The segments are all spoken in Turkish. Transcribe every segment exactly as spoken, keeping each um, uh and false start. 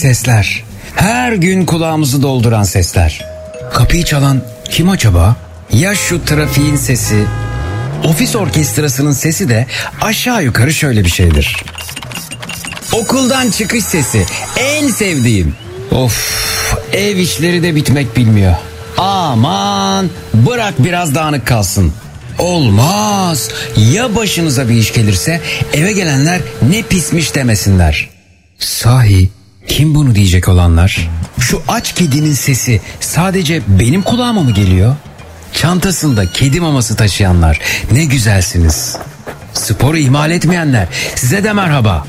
sesler. Her gün kulağımızı dolduran sesler. Kapıyı çalan kim acaba? Ya şu trafiğin sesi, ofis orkestrasının sesi de aşağı yukarı şöyle bir şeydir. Okuldan çıkış sesi, en sevdiğim. Of, ev işleri de bitmek bilmiyor. Aman, bırak biraz dağınık kalsın. Olmaz. Ya başınıza bir iş gelirse eve gelenler ne pismiş demesinler. Sahi kim bunu diyecek olanlar? Şu aç kedinin sesi sadece benim kulağıma mı geliyor? Çantasında kedi maması taşıyanlar ne güzelsiniz. Sporu ihmal etmeyenler size de merhaba.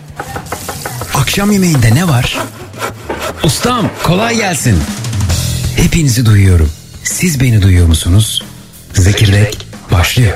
Akşam yemeğinde ne var? Ustam kolay gelsin. Hepinizi duyuyorum. Siz beni duyuyor musunuz? Zekirdek başlıyor.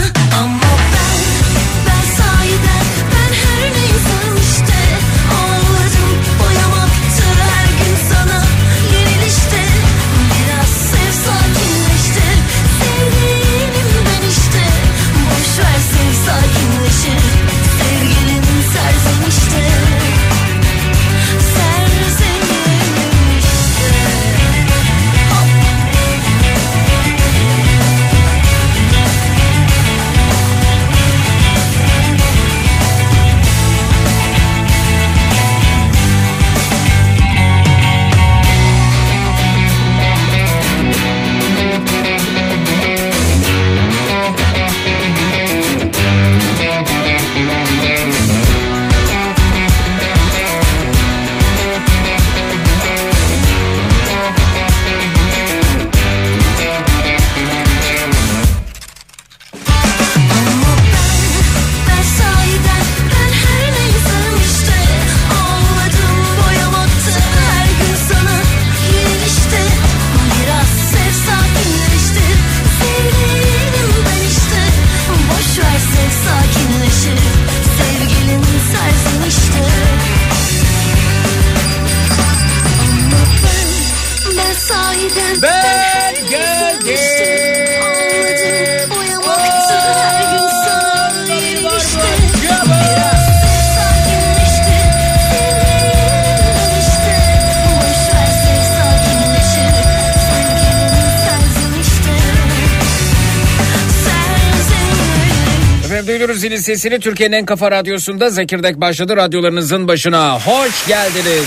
Oh Ben geldim. Efendim duyuyoruz zilin sesini. Türkiye'nin en kafa radyosunda Zekirdek başladı. Radyolarınızın başına hoş geldiniz.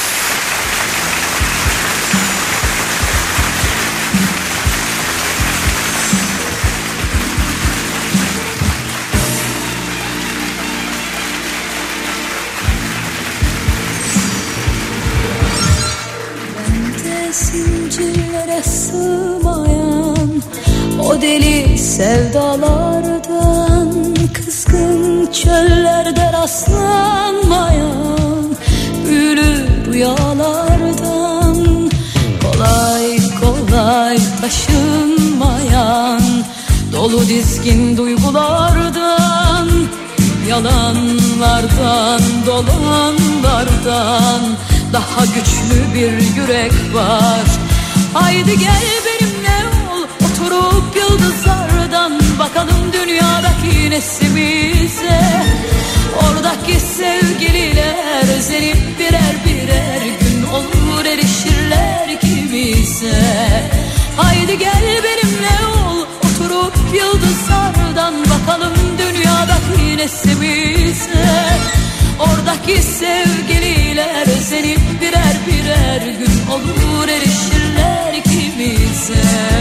Zincirlere sığmayan o deli sevdalardan, kızgın çöllerde rastlanmayan büyülü rüyalardan, kolay kolay taşınmayan dolu dizgin duygulardan, yalanlardan, dolanlardan daha güçlü bir yürek var. Haydi gel benimle ol, oturup yıldızlardan bakalım dünyadaki neslimize. Oradaki sevgililer özenip birer birer gün olur erişirler ikimize. Haydi gel benimle ol, oturup yıldızlardan bakalım dünyadaki neslimize. Oradaki sevgililer özenip birer birer gün olur erişirler ikimize.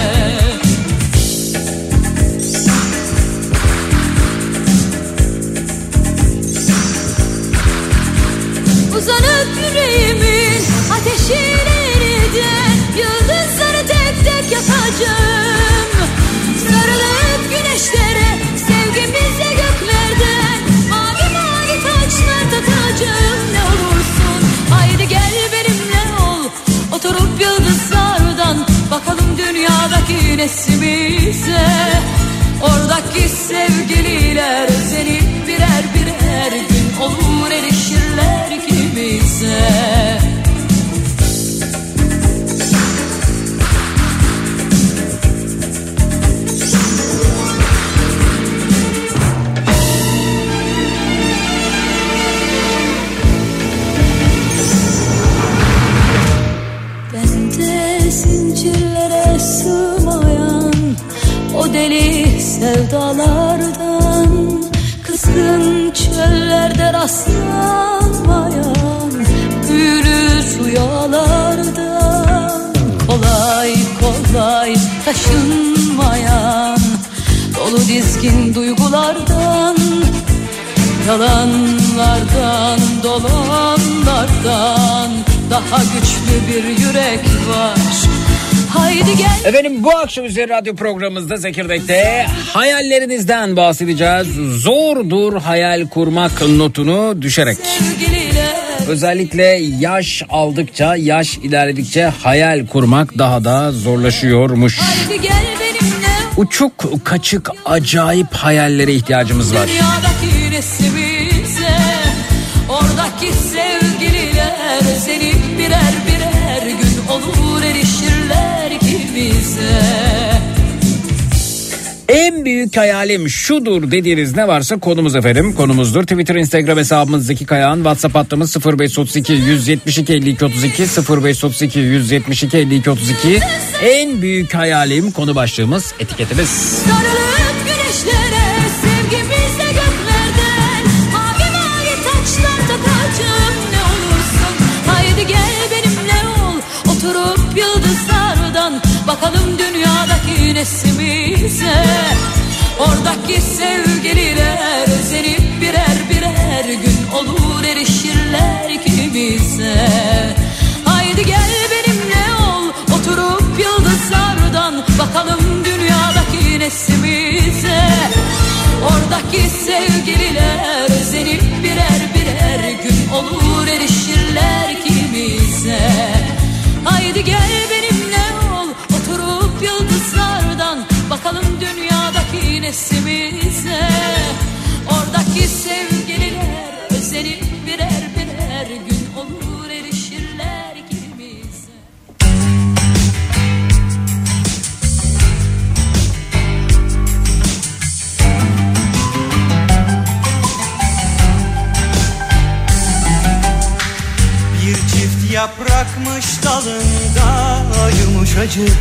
Uzanıp yüreğimin ateşine yeniden yıldızları tek tek yakacağım. Sarılıp güneşlere sevgimizle göklerden mavi mavi taçlar takacağım. Ne olursun haydi gel benimle ol, oturup yıldızlardan bakalım dünyadaki neslimize. Oradaki sevgililer özenip birer birer gün olur erişirler ikimize. Bende zincirlere sığmayan o deli sevdalardan, kızgın çöllerde rastlanmayan büyülü rüyalardan, kolay kolay taşınmayan dolu dizgin duygulardan, yalanlardan, dolanlardan daha güçlü bir yürek var. Haydi gel. Efendim bu akşam üzeri radyo programımızda Zekirdek'te hayallerinizden bahsedeceğiz. Zordur hayal kurmak notunu düşerek. Sevgililer. Özellikle yaş aldıkça, yaş ilerledikçe hayal kurmak daha da zorlaşıyormuş. Haydi gel benimle. Uçuk, kaçık, acayip hayallere ihtiyacımız var. Dünyadaki neslimize, oradaki sevgililer özenip birer birer gün olur erişirler ikimize. En büyük hayalim şudur dediğiniz ne varsa konumuz efendim. Konumuzdur. Twitter, Instagram hesabımız Zeki Kayağan. WhatsApp hattımız sıfır beş otuz iki yüz yetmiş iki elli iki otuz iki sıfır beş otuz iki yüz yetmiş iki elli iki otuz iki. En büyük hayalim konu başlığımız, etiketimiz. Sarılıp güneşlere sevgimizle göklerden mavi mavi taçlar takacağım. Ne olursun haydi gel benimle ol, oturup yıldızlardan bakalım dünyadaki neslimize. Oradaki sevgililer özenip birer birer gün olur erişirler ikimize. Haydi gel benimle ol, oturup yıldızlardan bakalım dünyadaki neslimize. Oradaki sevgililer özenip birer birer gün olur erişirler ikimize. Haydi gel benimle ol, oturup yıldızlardan bakalım dünyadaki neslimize. Oradaki sevgililer özenip birer birer gün olur erişirler ikimize. yaprakmış dalında yumuşacık.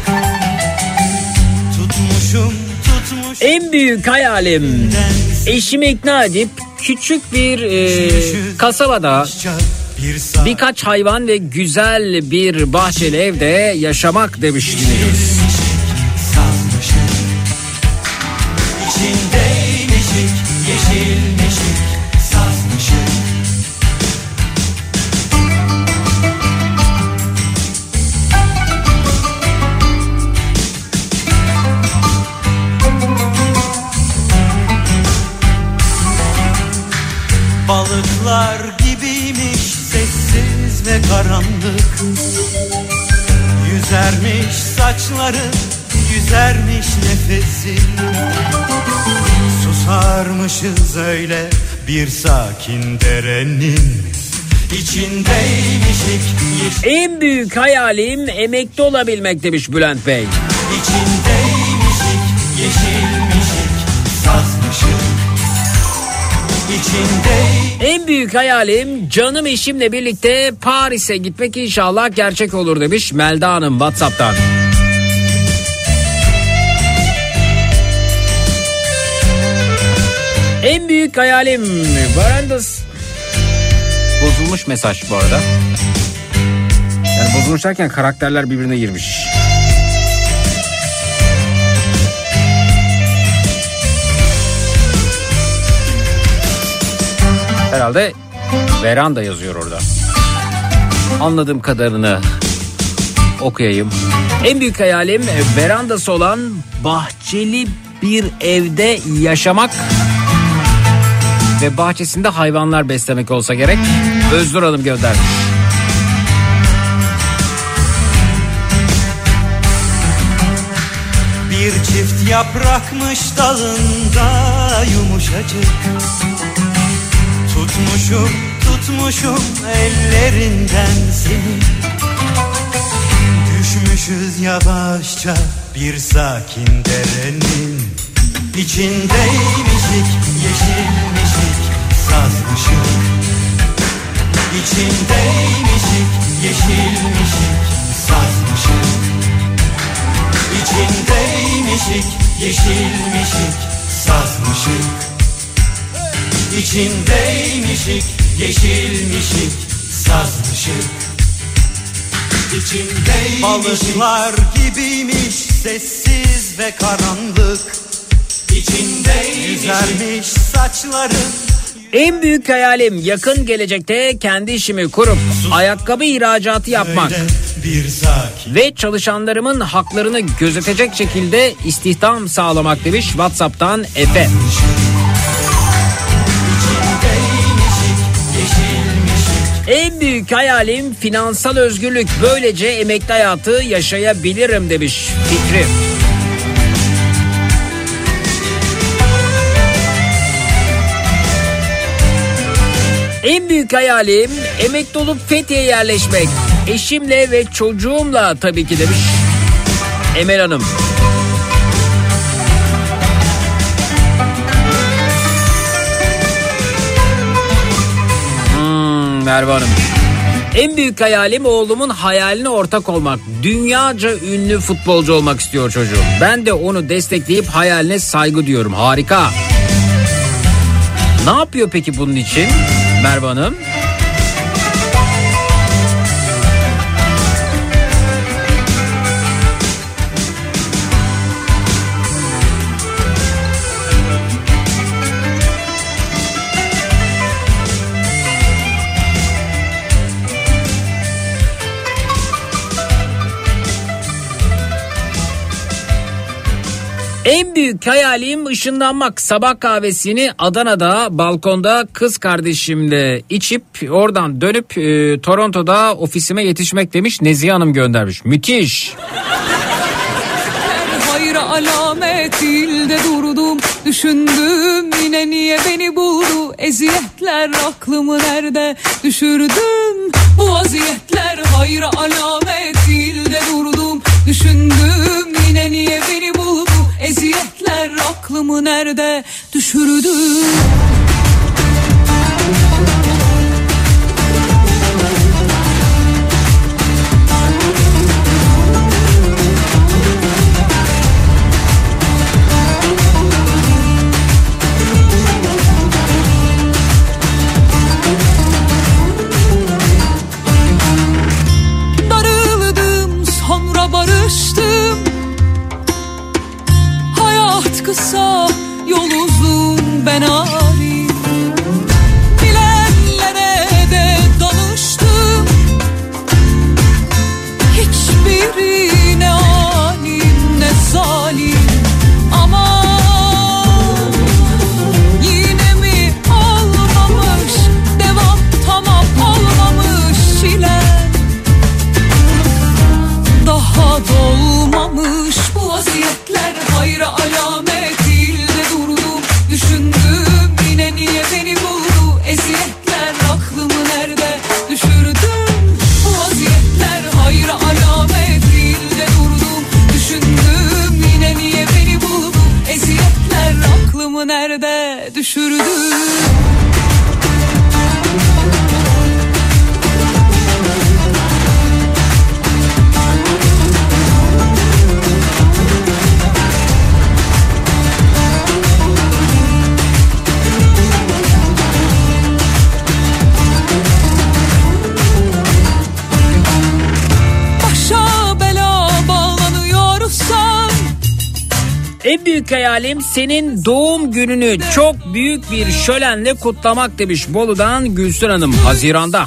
Tutmuşum tutmuşum. En büyük hayalim eşimi ikna edip küçük bir e, kasabada birkaç hayvan ve güzel bir bahçeli evde yaşamak demiş dinliyoruz. İçindeymişik, yeşilmişik, sazmışık. Balıklar gibiymiş, sessiz ve karanlık. Yüzermiş saçları, yüzermiş nefesi. Susarmışız öyle bir sakin derenin içindeymişik. En büyük hayalim emekli olabilmek demiş Bülent Bey. İçindeymişik, yeşilmişik, sazmışık. En büyük hayalim canım eşimle birlikte Paris'e gitmek, inşallah gerçek olur demiş Melda Hanım WhatsApp'tan. En büyük hayalim Varandas. Bozulmuş mesaj bu arada. Yani bozulmuş derken karakterler birbirine girmiş. Herhalde veranda yazıyor orada. Anladığım kadarını okuyayım. En büyük hayalim verandası olan bahçeli bir evde yaşamak ve bahçesinde hayvanlar beslemek olsa gerek. Özgür Hanım göndermiş. Bir çift yaprakmış dalında yumuşacık. Tutmuşum, tutmuşum ellerinden seni. Düşmüşüz yavaşça bir sakin derenin içindeymişik, yeşilmişik, sazmışık. İçindeymişik, yeşilmişik, sazmışık. İçindeymişik, yeşilmişik, sazmışık. İçindeymişik, yeşilmişik, sazmışık. İçindeymişik. Balıklar gibiymiş, sessiz ve karanlık. İçindeymişik. Yüzermiş saçların. En büyük hayalim yakın gelecekte kendi işimi kurup ayakkabı ihracatı yapmak ve çalışanlarımın haklarını gözetecek şekilde istihdam sağlamak demiş WhatsApp'tan Efe. En büyük hayalim finansal özgürlük, böylece emekli hayatı yaşayabilirim demiş Fikri. En büyük hayalim emekli olup Fethiye'ye yerleşmek. Eşimle ve çocuğumla tabii ki demiş Emel Hanım. Hmm, Merve Hanım. En büyük hayalim oğlumun hayaline ortak olmak. Dünyaca ünlü futbolcu olmak istiyor çocuğum. Ben de onu destekleyip hayaline saygı duyuyorum. Harika. Ne yapıyor peki bunun için Merve Hanım? En büyük hayalim ışınlanmak. Sabah kahvesini Adana'da balkonda kız kardeşimle içip oradan dönüp e, Toronto'da ofisime yetişmek demiş Nezihe Hanım göndermiş. Müthiş. Hayır alamet değil de durdum, düşündüm yine niye beni buldu. Eziyetler aklımı nerede düşürdüm, bu vaziyetler hayır alamet değil de durdum, düşündüm yine niye beni buldu. Eziyetler aklımı nerede düşürdü. En büyük hayalim senin doğum gününü çok büyük bir şölenle kutlamak demiş Bolu'dan Gülsün Hanım. Haziranda.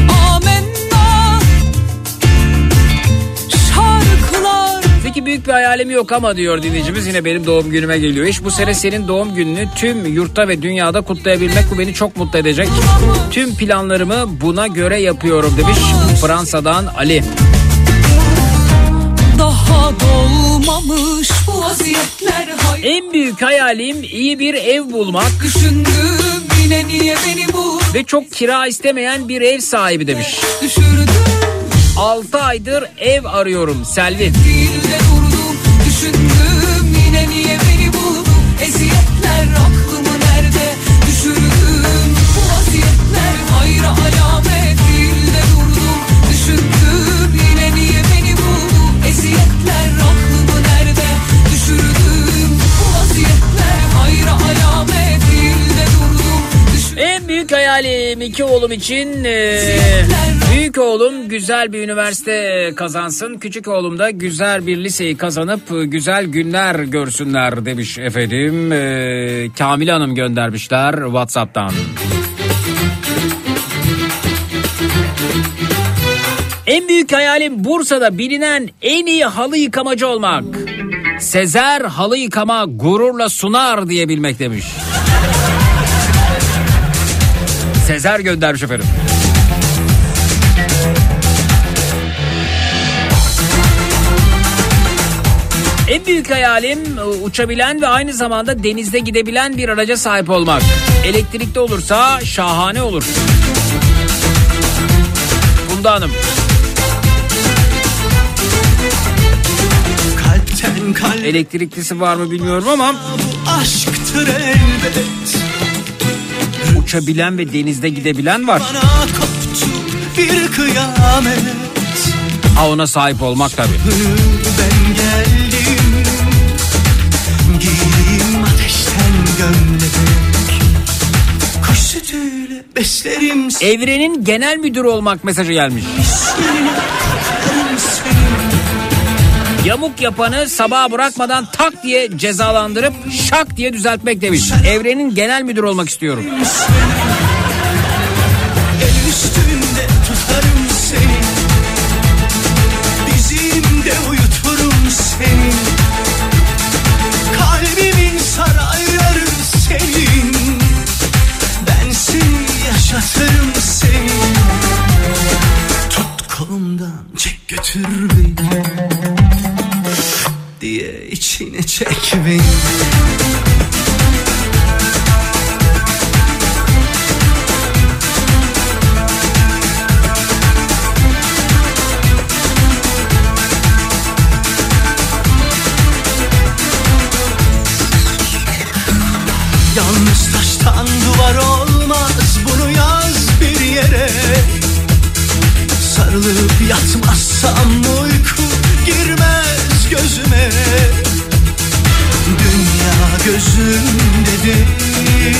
Peki büyük bir hayalim yok ama diyor dinleyicimiz, yine benim doğum günüme geliyor. İş bu sene senin doğum gününü tüm yurtta ve dünyada kutlayabilmek, bu beni çok mutlu edecek. Tüm planlarımı buna göre yapıyorum demiş Fransa'dan Ali. Daha dolmamış bu vaziyetler. En büyük hayalim iyi bir ev bulmak. Düşündüm yine niye beni bul. Ve çok kira istemeyen bir ev sahibi demiş. Düşürdüm. altı aydır ev arıyorum Selvi. Dilde durdum, düşündüm yine niye beni buldu. Eziyetler aklımı nerede düşürdüm. Bu vaziyetler hayra alamet. Dilde durdum, düşündüm yine niye beni buldu. Eziyetler aklımı nerede düşürdüm. Bu vaziyetler hayra alamet. Dilde durdum, düşündüm. En büyük hayalim iki oğlum için e, büyük oğlum güzel bir üniversite kazansın. Küçük oğlum da güzel bir liseyi kazanıp güzel günler görsünler demiş efendim. E, Kamile Hanım göndermişler WhatsApp'tan. En büyük hayalim Bursa'da bilinen en iyi halı yıkamacı olmak. Sezer halı yıkama gururla sunar diyebilmek demiş. Sezer göndermiş efendim. En büyük hayalim uçabilen ve aynı zamanda denizde gidebilen bir araca sahip olmak. Elektrikli olursa şahane olur. Funda Hanım. Kalpten kalp. Elektriklisi var mı bilmiyorum ama Bu aşktır elbet. uçabilen ve denizde gidebilen var. Bana koptu bir kıyamet. Ha, ona sahip olmak tabii. Ben geldim, giydim ateşten gömlek. Kuş sütüyle beslerim Evrenin genel müdürü olmak mesajı gelmiş. seni. Yamuk yapanı sabaha bırakmadan tak diye cezalandırıp şak diye düzeltmek demiş. Evrenin genel müdürü olmak istiyorum. El üstünde tutarım seni, dizimde uyuturum seni. Kalbimin sarayları senin, ben seni yaşatırım seni. Tut kolumdan çek götür beni, diye içine çek beni. Yalnız taştan duvar olmaz, bunu yaz bir yere. Sarılıp yatmazsam uyku girmez gözüme. Dünya gözümde değil,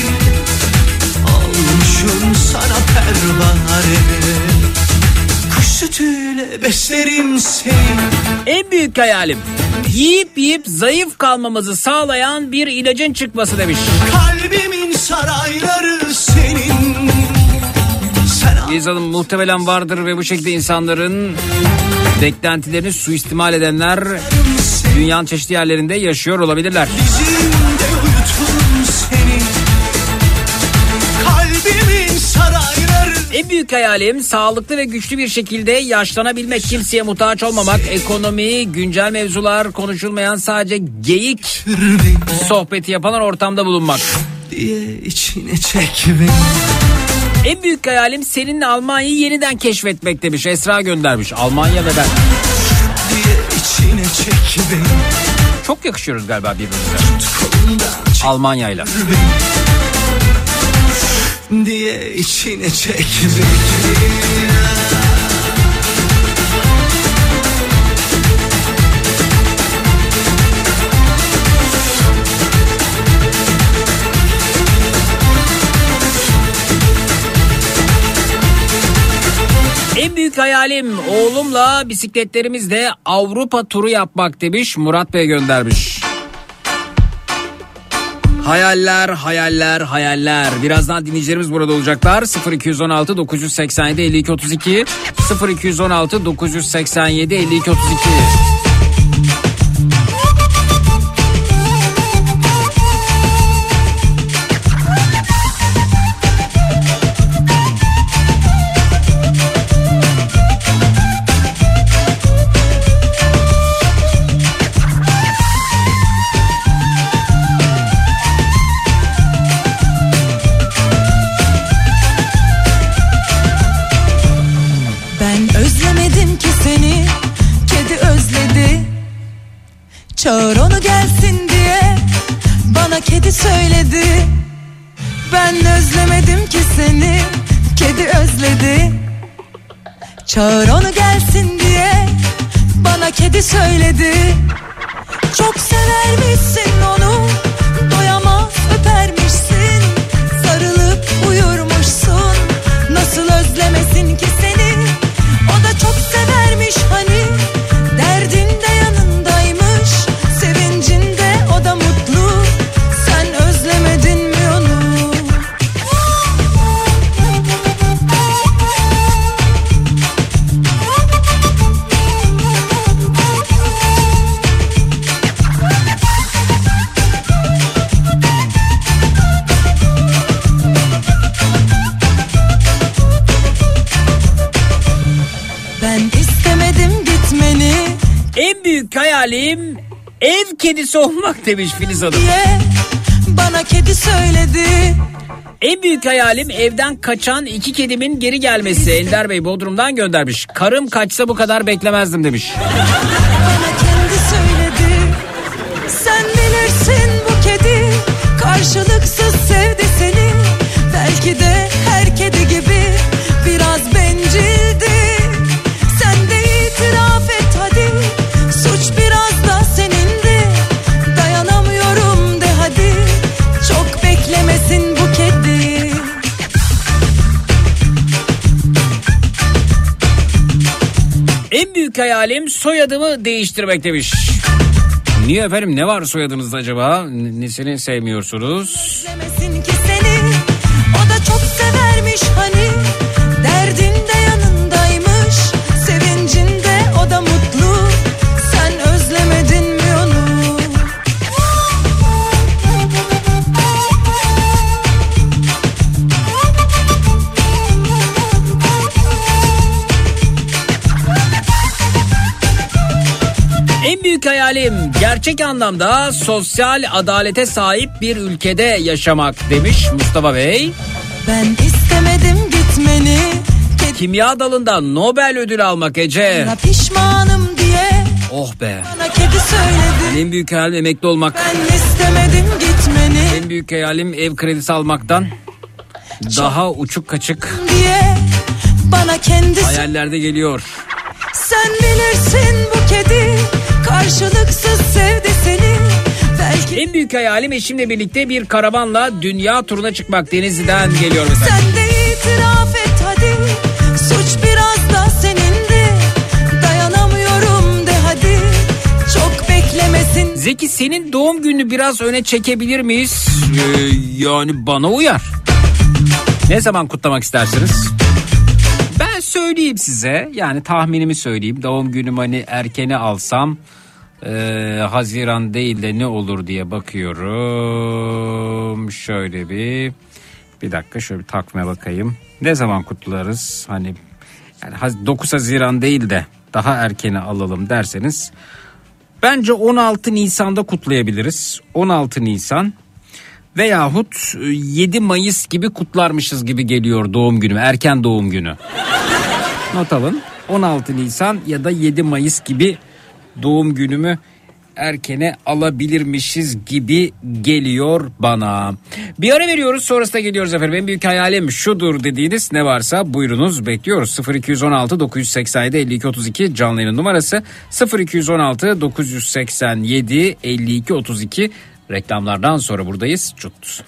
olmuşum sana pervane. Kuş sütüyle beslerim seni. En büyük hayalim yiyip yiyip zayıf kalmamızı sağlayan bir ilacın çıkması demiş. Kalbimin sarayları senin. Sen Liz Hanım, muhtemelen vardır ve bu şekilde insanların beklentilerini suistimal edenler dünyanın çeşitli yerlerinde yaşıyor olabilirler. dizimde uyuturum seni. Kalbimin sarayları. En büyük hayalim sağlıklı ve güçlü bir şekilde yaşlanabilmek, kimseye muhtaç olmamak, ekonomi, güncel mevzular konuşulmayan sadece geyik sohbeti yapılan ortamda bulunmak. Diye içine çek beni. En büyük hayalim seninle Almanya'yı yeniden keşfetmek demiş. Esra göndermiş. Almanya ve ben. Diye içine çek beni. Çok yakışıyoruz galiba birbirimize. Kolumdan çek Almanya'yla. beni. Diye içine çek beni. En büyük hayalim oğlumla bisikletlerimizle Avrupa turu yapmak demiş. Murat Bey göndermiş. Hayaller, hayaller, hayaller. Birazdan dinleyicilerimiz burada olacaklar. sıfır iki on altı dokuz seksen yedi elli iki otuz iki sıfır iki on altı dokuz seksen yedi elli iki otuz iki. Çağır onu gelsin diye bana kedi söyledi. Ben özlemedim ki seni, kedi özledi. Çağır onu gelsin diye bana kedi söyledi. Çok severmişsin onu, doyamaz öpermişsin. Sarılıp uyurmuşsun, nasıl özlemesin ki seni. O da çok severmiş hani, derdinde yanındaymış. Sevincinde o da mutlu, sen özlemedin mi onu? Ben istemedim gitmeni. En büyük hayalim ev kedisi olmak demiş Filiz Hanım. Bana kedi söyledi. En büyük hayalim evden kaçan iki kedimin geri gelmesi. Ender Bey Bodrum'dan göndermiş. Karım kaçsa bu kadar beklemezdim demiş. Bana kendi söyledi. Sen bilirsin bu kedi karşılıksız sevdi seni. Belki de her kedi gibi biraz bencildi. Sen de itiraf et hadi, suç biraz da senindi. Dayanamıyorum de hadi, çok beklemesin bu kedi. En büyük hayalim soyadımı değiştirmek demiş. Niye efendim, ne var soyadınızda acaba? Nesini sevmiyorsunuz? Beklemesin ki seni, o da çok severmiş hani. Derdinde yanındaymış, sevincinde o da mutlu. Sen özlemedin mi onu? En büyük hayalim gerçek anlamda sosyal adalete sahip bir ülkede yaşamak demiş Mustafa Bey. Ben istemedim gitmeni. Kimya dalında Nobel ödülü almak Ece. Bana pişmanım diye Oh be. bana kedi söyledi. En büyük hayalim emekli olmak. Ben istemedim gitmeni. En büyük hayalim ev kredisi almaktan daha uçuk kaçık Diye bana kendi hayallerde geliyor. Sen bilirsin bu kedi karşılıksız sevdi seni. Belki En büyük hayalim eşimle birlikte bir karavanla dünya turuna çıkmak. Denizli'den geliyor mesela. sen de itiraf et hadi, suç biraz da senindi. Dayanamıyorum de hadi, çok beklemesin. Zeki, senin doğum gününü biraz öne çekebilir miyiz? Ee, yani bana uyar. Ne zaman kutlamak istersiniz? Ben söyleyeyim size, yani tahminimi söyleyeyim. Doğum günümü hani erkene alsam e, Haziran değil de ne olur diye bakıyorum. Şöyle bir bir dakika şöyle bir takvime bakayım. Ne zaman kutlarız? Hani yani dokuz Haziran değil de daha erkene alalım derseniz bence on altı Nisan'da kutlayabiliriz. on altı Nisan veyahut yedi Mayıs gibi kutlarmışız gibi geliyor doğum günü, erken doğum günü. Not alın, on altı Nisan ya da yedi Mayıs gibi doğum günümü erkene alabilirmişiz gibi geliyor bana. Bir ara veriyoruz, sonrasında geliyoruz efendim. En büyük hayalim şudur dediğiniz ne varsa buyurunuz, bekliyoruz. sıfır iki on altı dokuz seksen yedi elli iki otuz iki canlı yayın numarası sıfır iki on altı dokuz seksen yedi elli iki otuz iki. Reklamlardan sonra buradayız. Çut.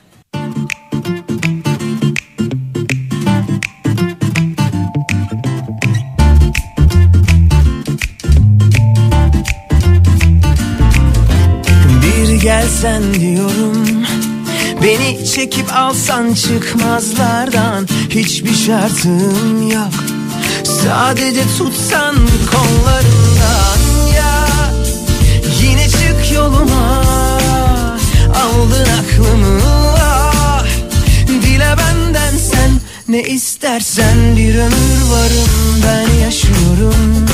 Bir gelsen diyorum, Beni çekip alsan çıkmazlardan hiçbir şartım yok. Sadece tutsan kollarından ya. Yine çık yoluma, aldın aklımı ah. Dile benden sen ne istersen, bir ömür varım ben yaşıyorum.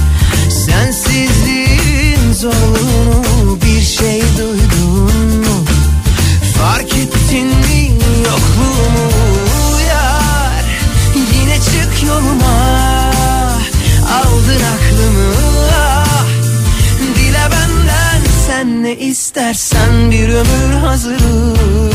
Sensizliğin zorluğunu bir şey duydun mu? Fark ettin mi yokluğumu yar? Yine çık yoluma, aldın aklımı ah. Dile benden sen ne istersen, bir ömür hazırım.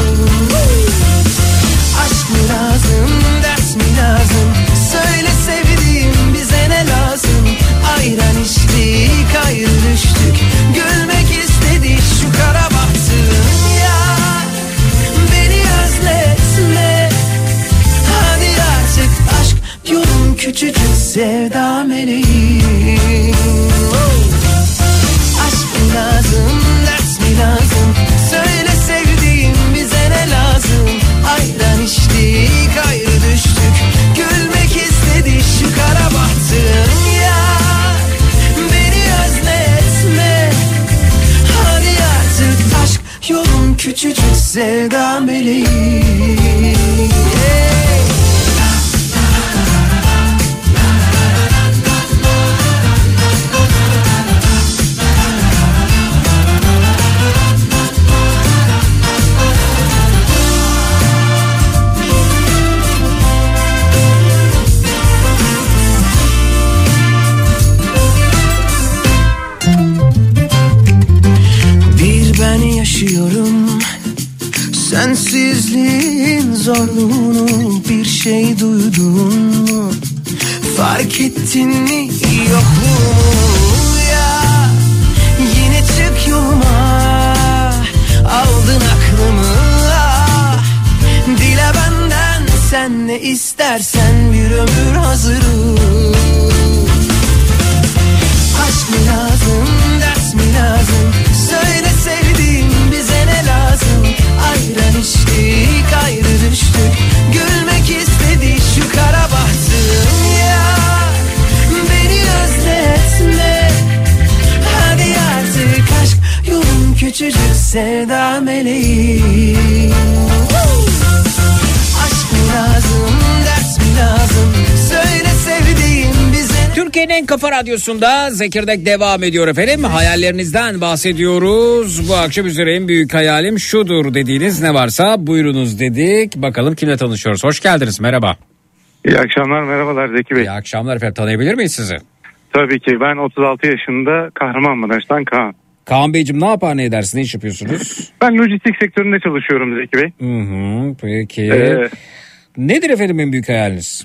Aşk mı lazım, ders mi lazım? Söyle sevdiğim, bize ne lazım? Ayran içtik, ayrı düştük. Gülmek istedik şu kara bahtım ya. Beni özletme, hadi artık aşk yolum küçücük sevda meleğim. Aşk mı lazım, ders mi lazım? Söyle sevdiğim, bize ne lazım? Ayran içtik, ayrı düştük. Gülmek istedik şu kara bahtım ya. Beni özletme, hadi artık aşk yolum küçücük sevda meleğim. Ben yaşıyorum sensizliğin zorluğunu, bir şey duydun mu? Fark ettin mi yokluğumu ya? Yine çık yoluma, aldın aklımı ah. Dile benden sen ne istersen, bir ömür hazırım. Aşk mı lazım, ders mi lazım? Söyle sevdiğim, bize ne lazım? Ayran içtik, ayrı düştük. Gülmek istedik şu kara bahtım ya. Beni özletme, hadi artık aşk yolum küçücük sevda meleğim. Aşk mı lazım, ders mi lazım? Söyle sevdiğim, bize. Türkiye'nin en kafa radyosunda Zekirdek devam ediyor efendim. Hayallerinizden bahsediyoruz. Bu akşam üzere en büyük hayalim şudur dediğiniz ne varsa buyurunuz dedik. Bakalım kimle tanışıyoruz. Hoş geldiniz, merhaba. İyi akşamlar, merhabalar Zeki Bey. İyi akşamlar efendim, tanıyabilir miyiz sizi? Tabii ki, ben otuz altı yaşında, Kahramanmaraş'tan Kaan. Kaan Beyciğim, ne yapar ne edersiniz, ne iş yapıyorsunuz? Ben lojistik sektöründe çalışıyorum Zeki Bey. Hı hı, peki. Ee, Nedir efendim en büyük hayaliniz?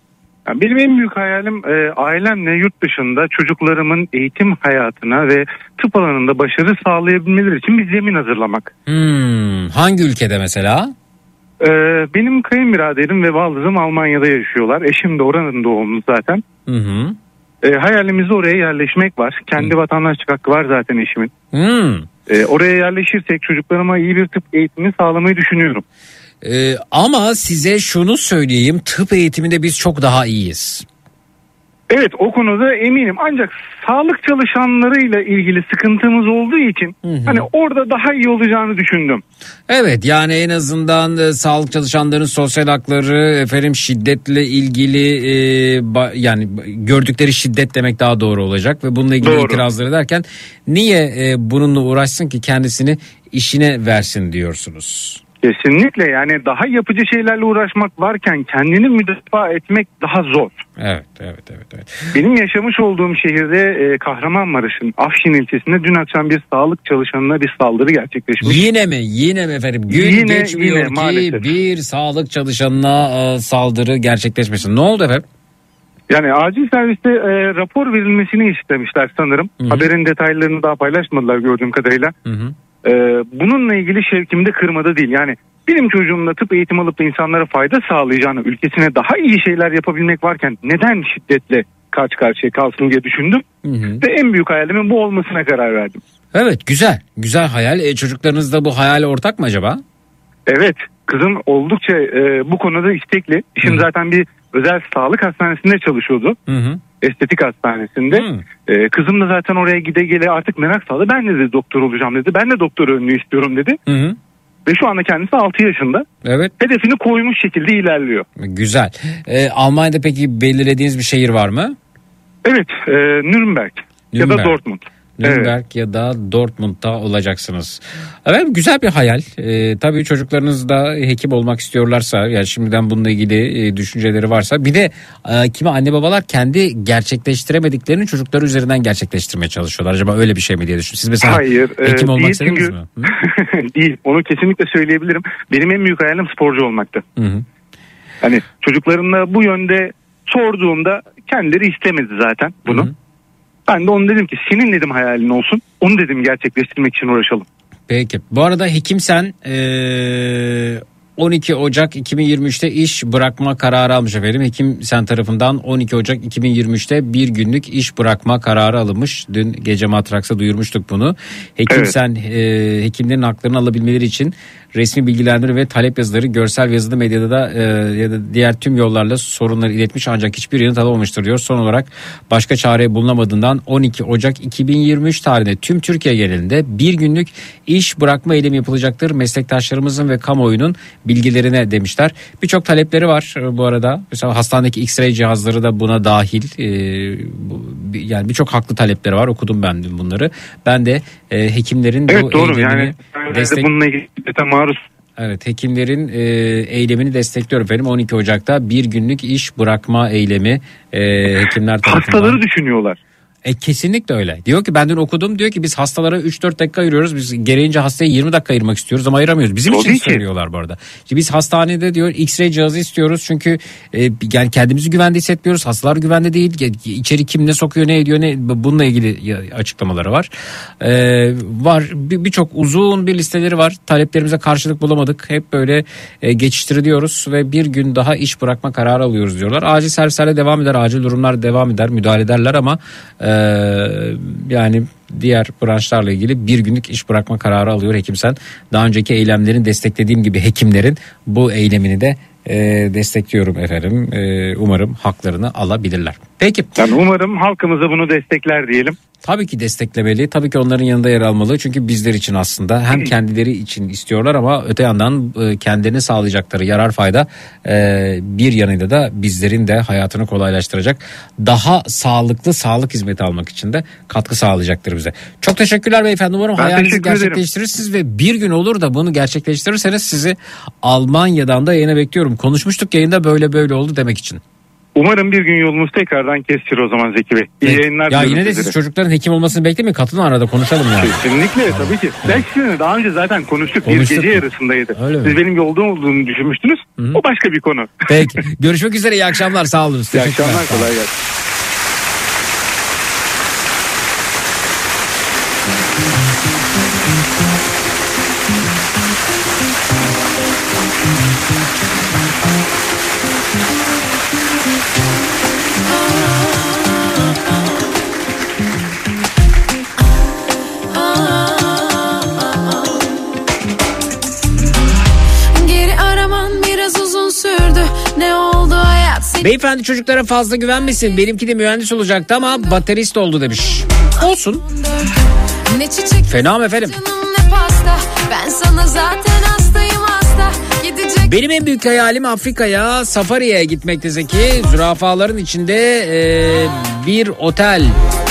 Benim en büyük hayalim e, ailemle yurt dışında çocuklarımın eğitim hayatına ve tıp alanında başarı sağlayabilmeleri için bir zemin hazırlamak. Hmm, hangi ülkede mesela? E, benim kayınbiraderim ve baldızım Almanya'da yaşıyorlar. Eşim de oranın doğumlu zaten. Hı hı. E, hayalimizde oraya yerleşmek var. Kendi hı. vatandaşlık hakkı var zaten eşimin. Hmm. E, oraya yerleşirsek çocuklarıma iyi bir tıp eğitimi sağlamayı düşünüyorum. Ee, ama size şunu söyleyeyim, tıp eğitiminde biz çok daha iyiyiz. Evet, o konuda eminim, ancak sağlık çalışanlarıyla ilgili sıkıntımız olduğu için hı hı. hani orada daha iyi olacağını düşündüm. Evet, yani en azından e, sağlık çalışanlarının sosyal hakları, efendim şiddetle ilgili e, ba, yani gördükleri şiddet demek daha doğru olacak ve bununla ilgili doğru. itirazları derken niye e, bununla uğraşsın ki, kendisini işine versin diyorsunuz. Kesinlikle, yani daha yapıcı şeylerle uğraşmak varken kendini müdafaa etmek daha zor. Evet, evet, evet. evet. Benim yaşamış olduğum şehirde e, Kahramanmaraş'ın Afşin ilçesinde dün akşam bir sağlık çalışanına bir saldırı gerçekleşmiş. Yine mi? Yine mi efendim? Gün yine, geçmiyor yine, ki maalesef. Bir sağlık çalışanına e, saldırı gerçekleşmesin. Ne oldu efendim? Yani acil serviste e, rapor verilmesini istemişler sanırım. Hı-hı. Haberin detaylarını daha paylaşmadılar gördüğüm kadarıyla. Hı hı. Ee, bununla ilgili şevkimde kırmada değil. Yani benim çocuğumla tıp eğitimi alıp da insanlara fayda sağlayacağını, ülkesine daha iyi şeyler yapabilmek varken neden şiddetle karşı karşıya kalsın diye düşündüm. Hı hı. Ve en büyük hayalimin bu olmasına karar verdim. Evet, güzel. Güzel hayal. E, çocuklarınızda bu hayal ortak mı acaba? Evet, kızım oldukça e, bu konuda istekli. Şimdi Hı. zaten bir özel sağlık hastanesinde çalışıyordu. Hı hı. Estetik hastanesinde. Hı. E, kızım da zaten oraya gide gele artık merak saldı. Ben de dedi doktor olacağım dedi. Ben de doktor önlüğü istiyorum dedi. Hı hı. Ve şu anda kendisi altı yaşında. Evet. Hedefini koymuş şekilde ilerliyor. Güzel. Ee, Almanya'da peki belirlediğiniz bir şehir var mı? Evet, e, Nürnberg, ya Nürnberg. da Dortmund. Nürnberg evet. Ya da Dortmund'da olacaksınız. Evet, güzel bir hayal. Ee, tabii çocuklarınız da hekim olmak istiyorlarsa, yani şimdiden bununla ilgili e, düşünceleri varsa, bir de e, kimi anne babalar kendi gerçekleştiremediklerini çocukları üzerinden gerçekleştirmeye çalışıyorlar. Acaba öyle bir şey mi diye düşünüyorum. Siz mesela Hayır, hekim e, olmak değil istediniz çünkü... mi? Değil. Onu kesinlikle söyleyebilirim. Benim en büyük hayalim sporcu olmaktı. Hı hı. Hani çocuklarımla bu yönde sorduğumda kendileri istemedi zaten bunu. Hı hı. Ben de onu dedim ki senin dedim hayalin olsun. Onu dedim gerçekleştirmek için uğraşalım. Peki. Bu arada hekimsen ee, on iki Ocak iki bin yirmi üçte iş bırakma kararı almış efendim. Hekim Sen tarafından on iki Ocak iki bin yirmi üçte bir günlük iş bırakma kararı alınmış. Dün gece Matraks'a duyurmuştuk bunu. Hekim evet. Sen e, hekimlerin haklarını alabilmeleri için resmi bilgilendirme ve talep yazıları görsel ve yazılı medyada da e, ya da diğer tüm yollarla sorunları iletmiş ancak hiçbir yanıt alamamıştır diyor. Son olarak başka çare bulunamadığından on iki Ocak iki bin yirmi üç tarihinde tüm Türkiye genelinde bir günlük iş bırakma eylemi yapılacaktır. Meslektaşlarımızın ve kamuoyunun bilgilerine demişler. Birçok talepleri var bu arada. Mesela hastanedeki X-ray cihazları da buna dahil. Ee, bu, yani birçok haklı talepleri var. Okudum ben bunları. Ben de e, hekimlerin evet, bu doğru. eylemini Yani destek... bununla ilgili maruz. Evet, hekimlerin e, eylemini destekliyorum efendim. on iki Ocak'ta bir günlük iş bırakma eylemi e, hekimler tarafından. Hastaları düşünüyorlar. E, kesinlikle öyle. Diyor ki ben dün okudum, diyor ki biz hastalara üç dört dakika ayırıyoruz. Biz gereğince hastaya yirmi dakika ayırmak istiyoruz ama ayıramıyoruz. Bizim o için söylüyorlar bu arada. İşte biz hastanede diyor X-ray cihazı istiyoruz çünkü e, yani kendimizi güvende hissetmiyoruz. Hastalar güvende değil. İçeri kim ne sokuyor ne ediyor ne, bununla ilgili açıklamaları var. E, var birçok bir uzun bir listeleri var. Taleplerimize karşılık bulamadık. Hep böyle e, geçiştiriliyoruz ve bir gün daha iş bırakma kararı alıyoruz diyorlar. Acil servislerle devam eder. Acil durumlar devam eder. Müdahale ederler ama e, yani diğer branşlarla ilgili bir günlük iş bırakma kararı alıyor Hekim Sen. Daha önceki eylemlerin desteklediğim gibi hekimlerin bu eylemini de e, destekliyorum efendim. E, umarım haklarını alabilirler. Peki. Yani umarım halkımız da bunu destekler diyelim. Tabii ki desteklemeli. Tabii ki onların yanında yer almalı. Çünkü bizler için aslında hem kendileri için istiyorlar ama öte yandan kendilerini sağlayacakları yarar fayda bir yanıyla da bizlerin de hayatını kolaylaştıracak. Daha sağlıklı sağlık hizmeti almak için de katkı sağlayacaktır bize. Çok teşekkürler beyefendi. Umarım ben hayalinizi gerçekleştirirsiniz ve bir gün olur da bunu gerçekleştirirseniz sizi Almanya'dan da yayına bekliyorum. Konuşmuştuk yayında böyle böyle oldu demek için. Umarım bir gün yolumuz tekrardan kesişir o zaman Zeki Bey. İyi evet. yayınlar. Ya yine de siz çocukların hekim olmasını beklemeyin. Katılın arada konuşalım yani. Kesinlikle tabii ki. Evet. Belki daha önce zaten konuştuk. konuştuk. Bir gece yarısındaydı. Öyle siz mi? Benim yolda olduğumu düşünmüştünüz. Hı-hı. O başka bir konu. Peki. Görüşmek üzere. İyi akşamlar. Sağ olun. İyi akşamlar. Kolay gelsin. Beyefendi çocuklara fazla güvenmesin. Benimki de mühendis olacaktı ama baterist oldu demiş. Olsun. Fena mı efendim? Ben sana zaten hastayım hasta. Gidecek... Benim en büyük hayalim Afrika'ya, safariye gitmekte Zeki. Zürafaların içinde e, bir otel.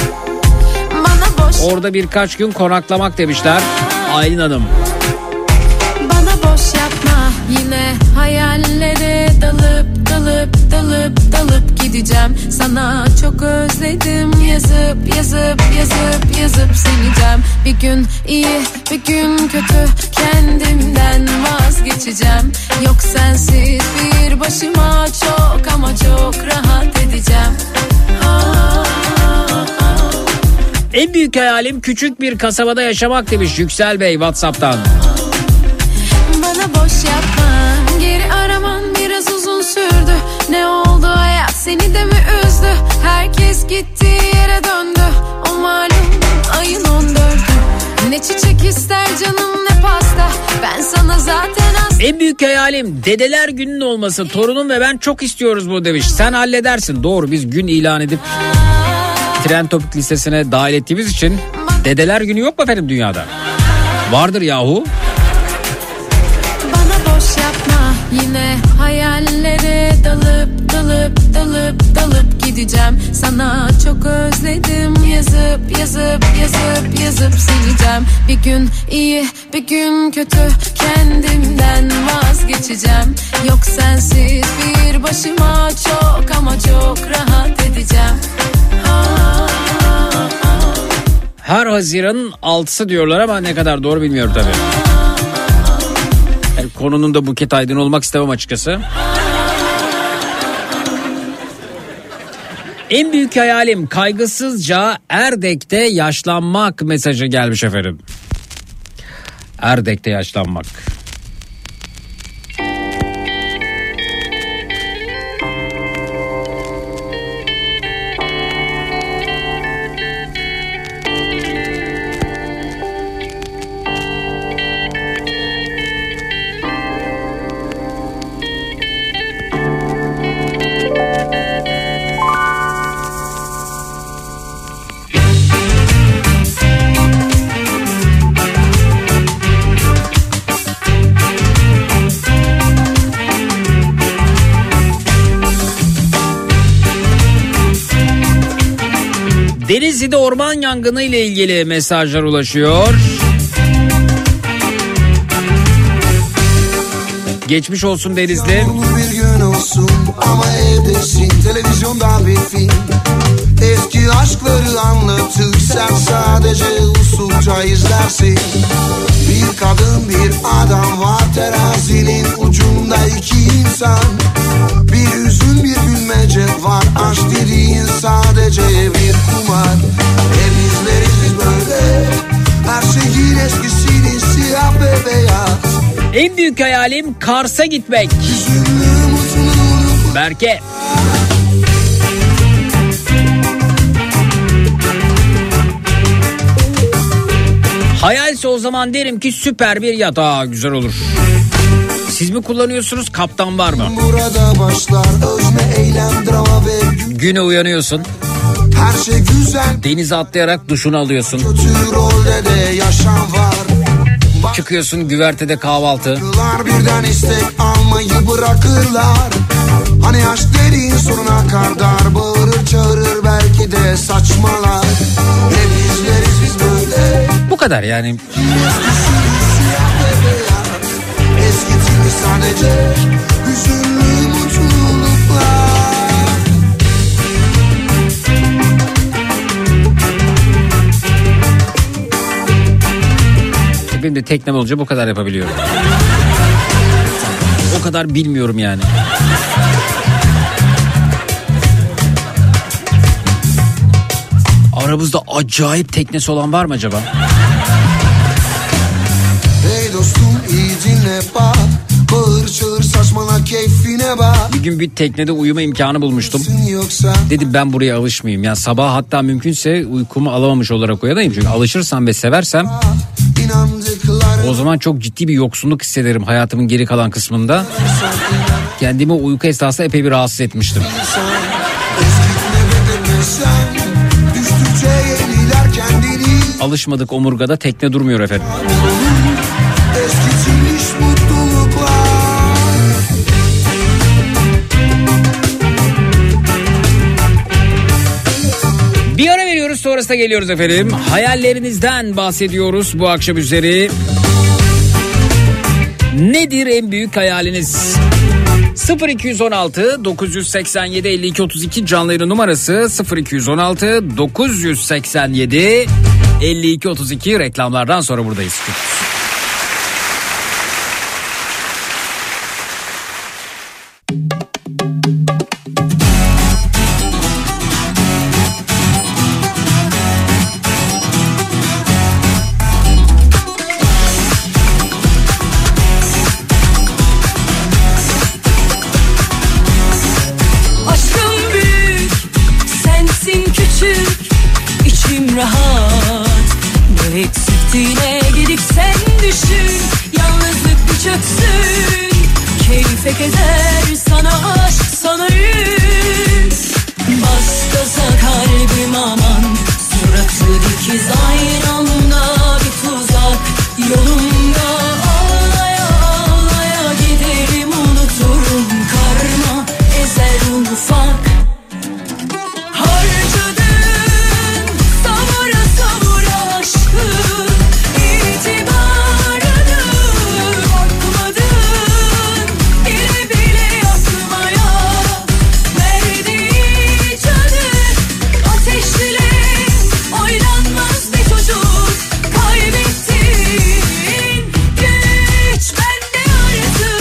Orada birkaç gün konaklamak demişler. Aylin Hanım. Bana boş yapma, yine hayallere dalıp dalıp dalıp dalıp gideceğim. Sana çok özledim, yazıp yazıp yazıp yazıp sileceğim. Bir gün iyi bir gün kötü, kendimden vazgeçeceğim. Yok sensiz bir başıma çok ama çok rahat edeceğim. Aa, En büyük hayalim küçük bir kasabada yaşamak demiş Yüksel Bey WhatsApp'tan. Bana boş yapma, geri araman biraz uzun sürdü. Ne oldu hayat, seni de mi üzdü? Herkes gittiği yere döndü. O malum ayın on dördü. Ne çiçek ister canım ne pasta. Ben sana zaten az En büyük hayalim dedeler gününün olması. Torunum ve ben çok istiyoruz bu demiş. Sen halledersin. Doğru, biz gün ilan edip Trend Topik listesine dahil ettiğimiz için dedeler günü yok mu efendim dünyada? Vardır yahu. Bana boş yapma, yine hayallere dalıp dalıp dalıp dalıp gideceğim. Sana çok özledim, yazıp yazıp yazıp yazıp sileceğim. Bir gün iyi, bir gün kötü, kendimden vazgeçeceğim. Yok sensiz bir başıma çok ama çok rahat edeceğim. Ah. Her Haziran'ın altısı diyorlar ama ne kadar doğru bilmiyorum tabii. Yani konunun da Buket Aydın olmak istemem açıkçası. En büyük hayalim kaygısızca Erdek'te yaşlanmak mesajı gelmiş efendim. Erdek'te yaşlanmak. Denizli'de orman yangını ile ilgili mesajlar ulaşıyor. Geçmiş olsun Denizli. Bir gün olsun ama evdesin, televizyonda bir film. Eski aşkları anlatır, sen sadece usulca izlersin. Bir kadın bir adam var, terazinin ucunda iki insan. Bir hüzün bir gülmece var, aşk dediğin sadece bir kumar. Hep izleriz biz böyle, her şeyin eskisini siyah ve beyaz. En büyük hayalim Kars'a gitmek. Berke. Hayalse o zaman derim ki süper bir yatağı güzel olur. Siz mi kullanıyorsunuz, kaptan var mı? Burada başlar özne, eylem, drama ve güne uyanıyorsun. Her şey güzel. Denize atlayarak duşunu alıyorsun. Kötü rolde de yaşam var. Çıkıyorsun, güvertede kahvaltı. Birden istek almayı bırakırlar. Hani aşk dediğin sonuna kadar bağırır çağırır, belki de saçmalar. Hep izleriz biz böyle. Bu kadar yani. Eskitimi sadece hüzünlü mutluluklar. Benim de teknem olunca bu kadar yapabiliyorum. O kadar bilmiyorum yani. Aramızda acayip teknesi olan var mı acaba? Hey dostum iyi dinle bak, bağır çağır saçmala keyfine bak. Bir gün bir teknede uyuma imkanı bulmuştum. Yoksa... Dedim ben buraya alışmayayım. Yani sabah hatta mümkünse uykumu alamamış olarak uyanayım. Çünkü alışırsam ve seversem o zaman çok ciddi bir yoksunluk hissederim hayatımın geri kalan kısmında. Kendimi uyku esnasında epey bir rahatsız etmiştim. Alışmadık omurgada tekne durmuyor efendim. Bir ara veriyoruz, sonrasında geliyoruz efendim. Hayallerinizden bahsediyoruz bu akşam üzeri. Nedir en büyük hayaliniz? sıfır iki on altı dokuz seksen yedi elli iki otuz iki canlı yayın numarası, sıfır iki on altı dokuz seksen yedi elli iki otuz iki. Reklamlardan sonra buradayız. Rahat, ne eksiktiğine gidip sen düşün, yalnızlık bir çöksün. tek eder sana aşk sana yük. Bas gaza kalbim aman, suratı dikiz aynı anda bir tuzak yolumda. Ağlaya ağlaya giderim unuturum, karma ezer ufak. Harcadın savura savura aşkı, itibarını bakmadın bile bile yakmaya. Verdiği canı ateşle oynanmaz bir çocuk. Kaybettin güç bende artık.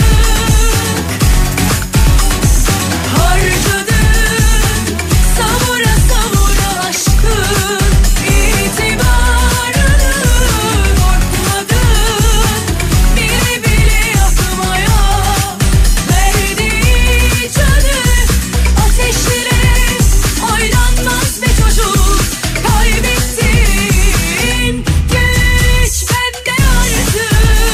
Harcadın savura savura aşkı, itibarını korkmadın bile bile yakmaya. Verdiği canı ateşle oynanmaz bir çocuk. Kaybettin güç bende artık.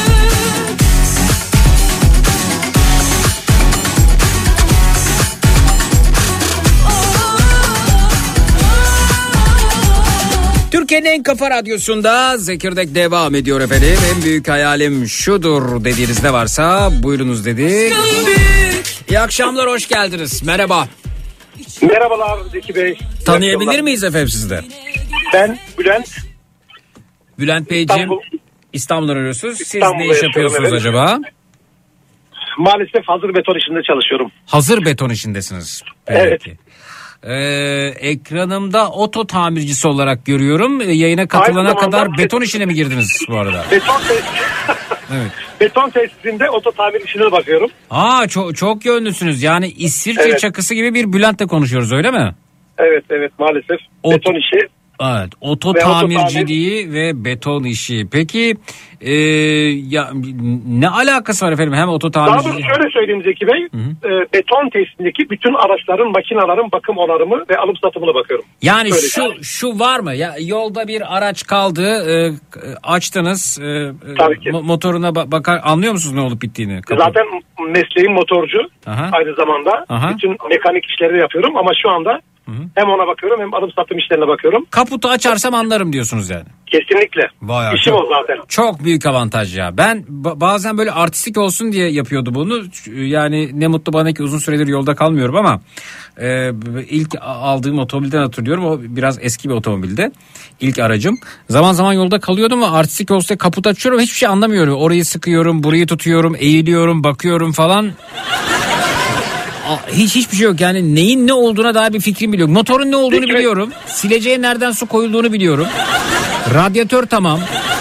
Türkiye'nin en kafa radyosunda Zekirdek devam ediyor efendim. En büyük hayalim şudur dediğiniz ne varsa buyurunuz dedik. İyi akşamlar, hoş geldiniz. Merhaba. Merhabalar Zeki Bey. Tanıyabilir miyiz efendim sizi de? Ben Bülent. Bülent Beyciğim, İstanbul. İstanbul'dan arıyorsunuz. Siz İstanbul'da ne iş yaşıyorum, yapıyorsunuz evet. acaba? Maalesef hazır beton işinde çalışıyorum. Hazır beton işindesiniz. Evet. Peki. Ee, ekranımda oto tamircisi olarak görüyorum. Ee, Yayına katılana Aynı zamanda kadar beton işine mi girdiniz bu arada? Beton tesis Evet. beton tesisinde oto tamir işine bakıyorum. Aa çok çok yönlüsünüz. Yani İsviçre Evet. çakısı gibi bir Bülent'le konuşuyoruz, öyle mi? Evet evet maalesef. Ot- Beton işi. Evet, oto Ve tamirciliği ve beton işi. Peki e, ya ne alakası var efendim hem oto Daha doğrusu tamirciliği? şöyle söyleyeyim Zeki Bey. E, beton tesisindeki bütün araçların, makinaların bakım onarımı ve alım satımına bakıyorum. Yani Böyle şu yani. şu var mı? Ya yolda bir araç kaldı, e, açtınız, e, e, Tabii ki. mo- motoruna ba- bakar, anlıyor musunuz ne olup bittiğini? Kapı- Zaten mesleğim motorcu. Aha. Aynı zamanda Aha. bütün mekanik işleri yapıyorum ama şu anda hem ona bakıyorum hem alım satım işlerine bakıyorum. Kaputu açarsam anlarım diyorsunuz yani. Kesinlikle. Vay İşim çok- o zaten. Çok büyük avantaj ya. Ben ba- bazen böyle artistik olsun diye yapıyordu bunu. Yani ne mutlu bana ki uzun süredir yolda kalmıyorum ama e, ilk aldığım otomobilden hatırlıyorum. O biraz eski bir otomobilde. İlk aracım. Zaman zaman yolda kalıyordum ama artistik olsun diye kaput açıyorum. Hiçbir şey anlamıyorum. Orayı sıkıyorum, burayı tutuyorum, eğiliyorum, bakıyorum falan. Aa, Hiç hiçbir şey yok yani, neyin ne olduğuna dair bir fikrim bile yok. Motorun ne olduğunu Peki. biliyorum. Sileceğe nereden su koyulduğunu biliyorum. Radyatör tamam.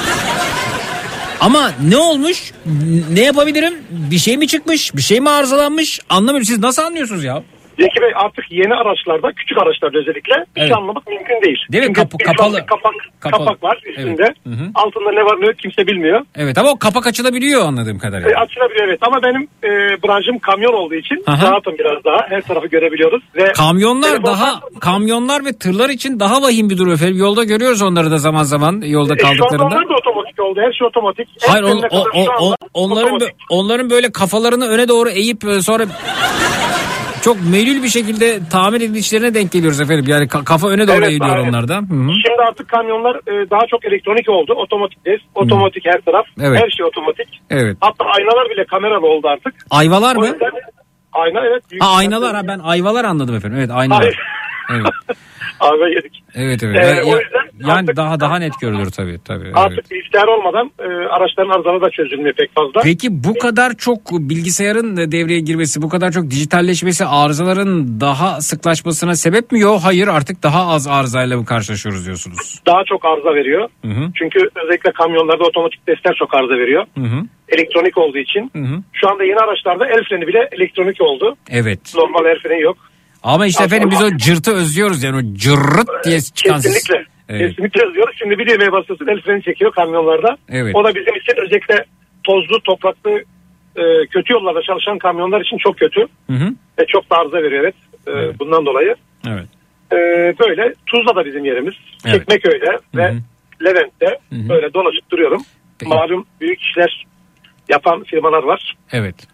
Ama ne olmuş? Ne yapabilirim? Bir şey mi çıkmış? Bir şey mi arızalanmış? Anlamıyorum. Siz nasıl anlıyorsunuz ya? Zeki Bey artık yeni araçlarda, küçük araçlarda özellikle bir Evet. şey anlamak mümkün değil. Değil mi? Çünkü Kapı- bir şu anda kapalı. Kapak, Kapalı. kapak var üstünde. Evet. Hı hı. Altında ne var ne yok kimse bilmiyor. Evet ama o kapak açılabiliyor anladığım E, kadarıyla. açılabiliyor evet ama benim e, branşım kamyon olduğu için Aha. rahatım biraz daha. Her tarafı görebiliyoruz. Ve Kamyonlar telefondan- daha kamyonlar ve tırlar için daha vahim bir durum efendim. Yolda görüyoruz onları da zaman zaman yolda E, şu anda kaldıklarında. onlar da otomatik oldu. Her şey otomatik. En Hayır o, sonuna o, kadar o, şu o- anda onların bö- otomatik. onların böyle kafalarını öne doğru eğip e, sonra çok melül bir şekilde tamir edilişlerine denk geliyoruz efendim. Yani ka- kafa öne doğru Evet, eğiliyor aynen. onlardan. Hı hı. Şimdi artık kamyonlar e, daha çok elektronik oldu. Otomatik des, otomatik her taraf. Evet. Her şey otomatik. Evet. Hatta aynalar bile kameralı oldu artık. Ayvalar O mı? yüzden ayna evet. büyük Ha bir- aynalar, ha ben ayvalar anladım efendim. Evet aynalar. Hayır. Evet. Abi yedik. Evet evet. Ee, Ya- o ya- yüzden yani artık- daha daha net görülür tabii tabii. Artık Evet. bilgisayar olmadan e, araçların arızaları da çözülmüyor pek fazla. Peki bu kadar çok bilgisayarın devreye girmesi, bu kadar çok dijitalleşmesi arızaların daha sıklaşmasına sebep mi? Yok, hayır, artık daha az arızayla mı karşılaşıyoruz diyorsunuz? Daha çok arıza veriyor. Hı hı. Çünkü özellikle kamyonlarda otomatik testler çok arıza veriyor. Hı hı. Elektronik olduğu için. Hı hı. Şu anda yeni araçlarda el freni bile elektronik oldu. Evet. Normal el freni yok. Ama işte Aslında- efendim biz o cırtı özlüyoruz yani, o cırrıt diye çıkan ses. Kesinlikle. Evet. Kesinlikle yazıyoruz. Şimdi bir düğmeye basıyorsun el freni çekiyor kamyonlarda. Evet. O da bizim için özellikle tozlu, topraklı, e, kötü yollarda çalışan kamyonlar için çok kötü. Hı hı. Ve çok da arıza veriyor evet. E, Evet. Bundan dolayı. Evet. E, böyle Tuzla da bizim yerimiz. Evet. Çekmeköy'de ve Hı Levent'te hı. böyle dolaşıp duruyorum. Peki. Malum büyük işler yapan firmalar var. Evet.